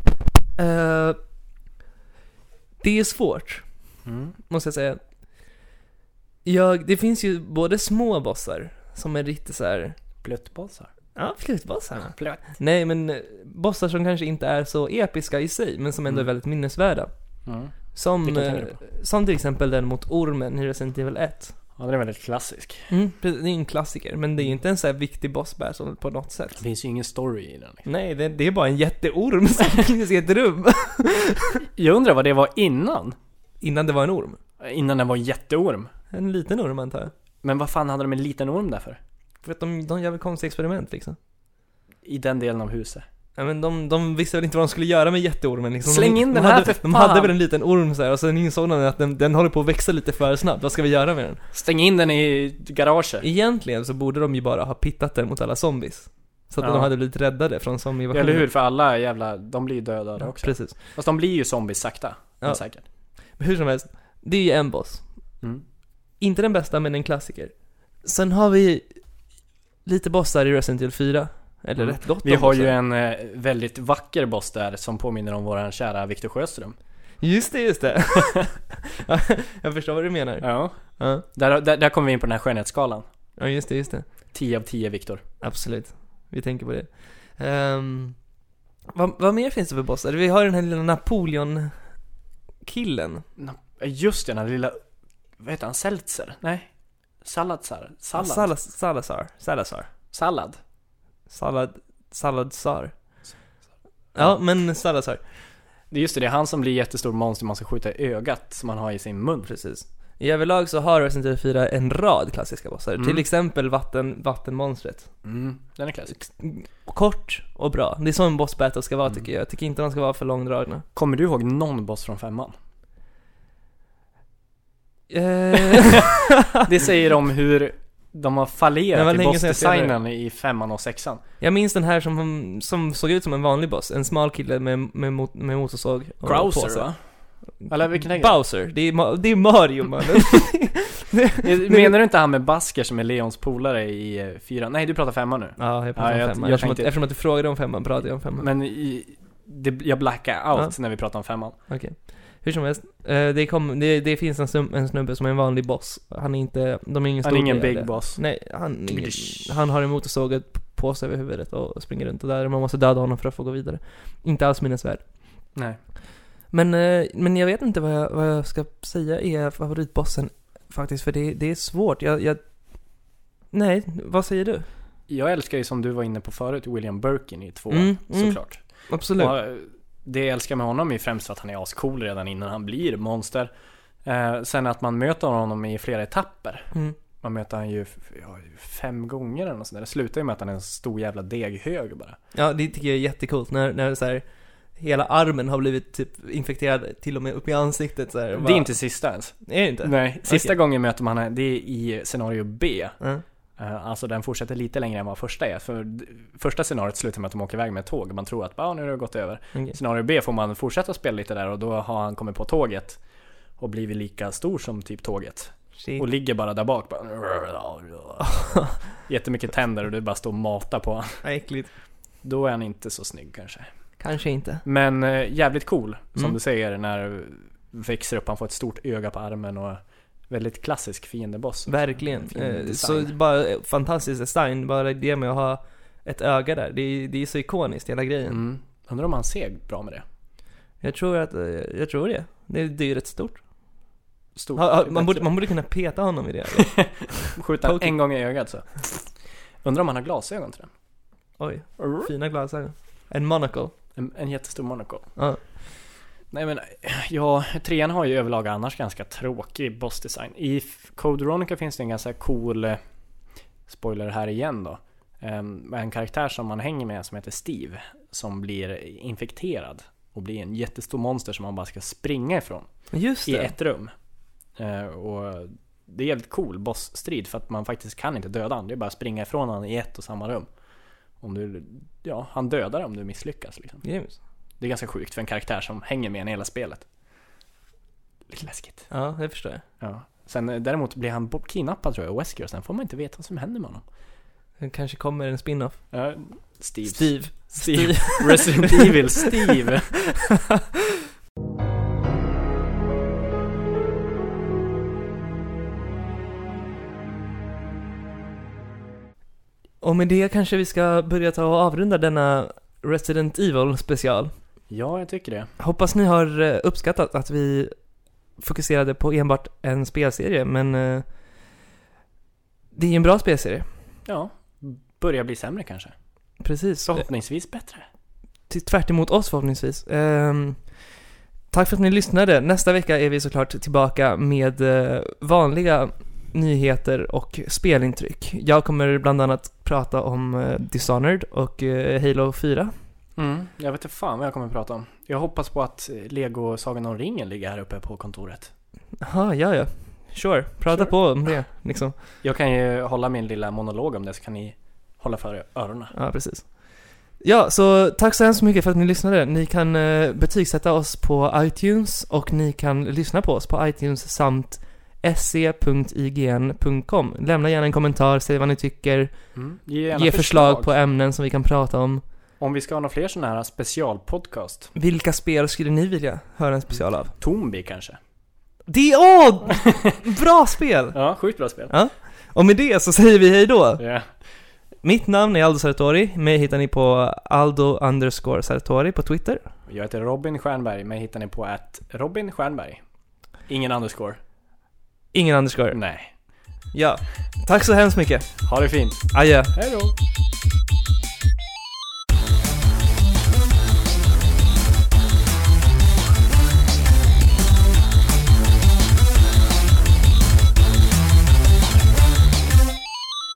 Det är svårt, måste jag säga. Det finns ju både små bossar som är riktigt så här... Plöttbossar. Ja, plöttbossar. Nej, men bossar som kanske inte är så episka i sig, men som ändå är väldigt minnesvärda. Som till exempel den mot ormen i Resident Evil 1. Ja, den är väldigt klassisk. Det är en klassiker, men det är inte en så här viktig bossbattle på något sätt. Det finns ju ingen story i den liksom. Nej, det är bara en jätteorm som finns i ett rum. Jag undrar vad det var innan. Innan det var en orm? Innan det var en jätteorm. En liten orm, antar jag. Men vad fan hade de en liten orm där för? För att de gör väl konstiga experiment liksom. I den delen av huset. Ja, men de visste väl inte vad de skulle göra med jätteormen liksom. Släng in den här för fan. De hade väl en liten orm så här, och sen insåg de att den håller på att växa lite för snabbt. Vad ska vi göra med den? Stäng in den i garaget. Egentligen så borde de ju bara ha pittat den mot alla zombies. Så att de hade blivit räddade från zombievasionen. Eller hur, för alla jävla, de blir döda också. Precis. Fast de blir ju zombies sakta, men säkert. Hur som helst, det är ju en boss. Inte den bästa, men en klassiker. Sen har vi lite bossar i Resident Evil 4. Eller rätt gott. Vi har ju en väldigt vacker boss där som påminner om våran kära Victor Sjöström. Just det. Jag förstår vad du menar. Ja. Där kommer vi in på den här skönhetsskalan. Ja, just det. 10 av 10 Victor. Absolut. Vi tänker på det. Vad mer finns det för bossar? Vi har den här lilla Napoleon-killen. Just det, den här lilla... Vad heter han? Seltzer? Nej. Salazar. Saladsar. Ja, men Salazar. Det är just det är han som blir jättestor monster man ska skjuta i ögat som man har i sin mun. Precis. I överlag så har Resident Evil 4 en rad klassiska bossar. Till exempel vattenmonstret. Den är klassisk. Kort och bra. Det är så en boss battle ska vara tycker jag. Jag tycker inte de ska vara för långdragna. Kommer du ihåg någon boss från 5:an? Det säger om hur de har fallerat i bossdesignen i 5:an och 6:an. Jag minns den här som såg ut som en vanlig boss. En smal kille med motorsåg. Krauser, va? Eller vilken Bowser, det är Mario, mannen. Menar du inte han med Basker som är Leons polare i 4? Nej, du pratar 5:an nu. Ja, jag pratar om 5:an. Eftersom att du frågade om 5:an pratar jag om 5:an. Men jag blackar out när vi pratar om 5:an. Okej. Hur som helst, det finns en snubbe som är en vanlig boss. Han är inte, de är ingen stor. Han är ingen big boss. Nej, han har en motorsåg på sig över huvudet och springer runt och där man måste döda honom för att få gå vidare. Inte alls minnesvärd. Nej. Men jag vet inte vad jag ska säga är favoritbossen faktiskt, för det är svårt. Nej, vad säger du? Jag älskar ju, som du var inne på förut, William Birkin i 2, såklart. Absolut. Och det jag älskar med honom är främst att han är ascool redan innan han blir monster. Sen att man möter honom i flera etapper. Man möter han ju 5 gånger eller något sånt där. Det slutar ju med att han är en stor jävla deghög bara. Ja, det tycker jag är jättecoolt när så här, hela armen har blivit typ infekterad till och med upp i ansiktet så här. Det är inte sista ens. Är det inte? Nej, sista gången möter man det är i scenario B. Alltså den fortsätter lite längre än vad första är. För första scenariot slutar med att de åker iväg med ett tåg. Man tror att nu har det gått över. Scenario B får man fortsätta spela lite där. Och då har han kommit på tåget och blivit lika stor som typ tåget. Shit. Och ligger bara där bak bara. Jättemycket tänder och du bara står och matar på honom. Äckligt. Då är han inte så snygg kanske. Kanske inte. Men jävligt cool, som du säger, när växer upp, han får ett stort öga på armen och väldigt klassisk fiendeboss. Verkligen. Så bara fantastisk design, bara det med att ha ett öga där. Det är så ikoniskt, hela grejen. Undrar om han ser bra med det. Jag tror det. Det är ju rätt stort. Man borde kunna peta honom i det. Skjuta en gång i ögat så. Undrar om han har glasögon till den. Oj, fina glasögon. En monocle. En jättestor monocle. Nej men, 3:an har ju överlag annars ganska tråkig bossdesign. I Code Veronica finns det en ganska cool, spoiler här igen då, en karaktär som man hänger med som heter Steve, som blir infekterad och blir en jättestor monster som man bara ska springa ifrån. Just det. I ett rum. Och det är helt cool bossstrid, för att man faktiskt kan inte döda han. Det är bara att springa ifrån han i ett och samma rum. Han dödar om du misslyckas liksom. Yes. Det är ganska sjukt för en karaktär som hänger med i hela spelet. Lite läskigt. Ja, det förstår jag. Ja. Sen däremot blir han kidnappad tror jag, Wesker, och sen får man inte veta vad som händer med honom. Det kanske kommer en spin-off. Ja, Steve. Resident Evil Steve. Och med det kanske vi ska börja ta och avrunda denna Resident Evil special. Ja, jag tycker det. Hoppas ni har uppskattat att vi fokuserade på enbart en spelserie, men det är en bra spelserie. Ja, börjar bli sämre kanske. Precis. Förhoppningsvis bättre. Tvärt emot oss förhoppningsvis. Tack för att ni lyssnade. Nästa vecka är vi såklart tillbaka med vanliga nyheter och spelintryck. Jag kommer bland annat prata om Dishonored och Halo 4. Jag vet inte fan vad jag kommer prata om. Jag hoppas på att Lego Sagan om ringen ligger här uppe på kontoret. Ja. Sure. Prata på om det liksom. Jag kan ju hålla min lilla monolog om det, så kan ni hålla för öronen. Ja, precis. Ja, så tack så hemskt mycket för att ni lyssnade. Ni kan betygsätta oss på iTunes och ni kan lyssna på oss på iTunes samt se.ign.com. Lämna gärna en kommentar, säg vad ni tycker. Ge förslag på ämnen som vi kan prata om. Om vi ska ha några fler sådana här specialpodcast. Vilka spel skulle ni vilja höra en special av? Tombi kanske. Bra spel! Ja, sjukt bra spel. Ja. Och med det så säger vi hej då. Ja. Mitt namn är Aldo Sartori. Mig hittar ni på Aldo_Sartori på Twitter. Jag heter Robin Stjernberg. Mig hittar ni på @Robin Stjernberg. Ingen underscore. Ingen underscore. Nej. Ja, tack så hemskt mycket. Ha det fint. Adjö. Hej då.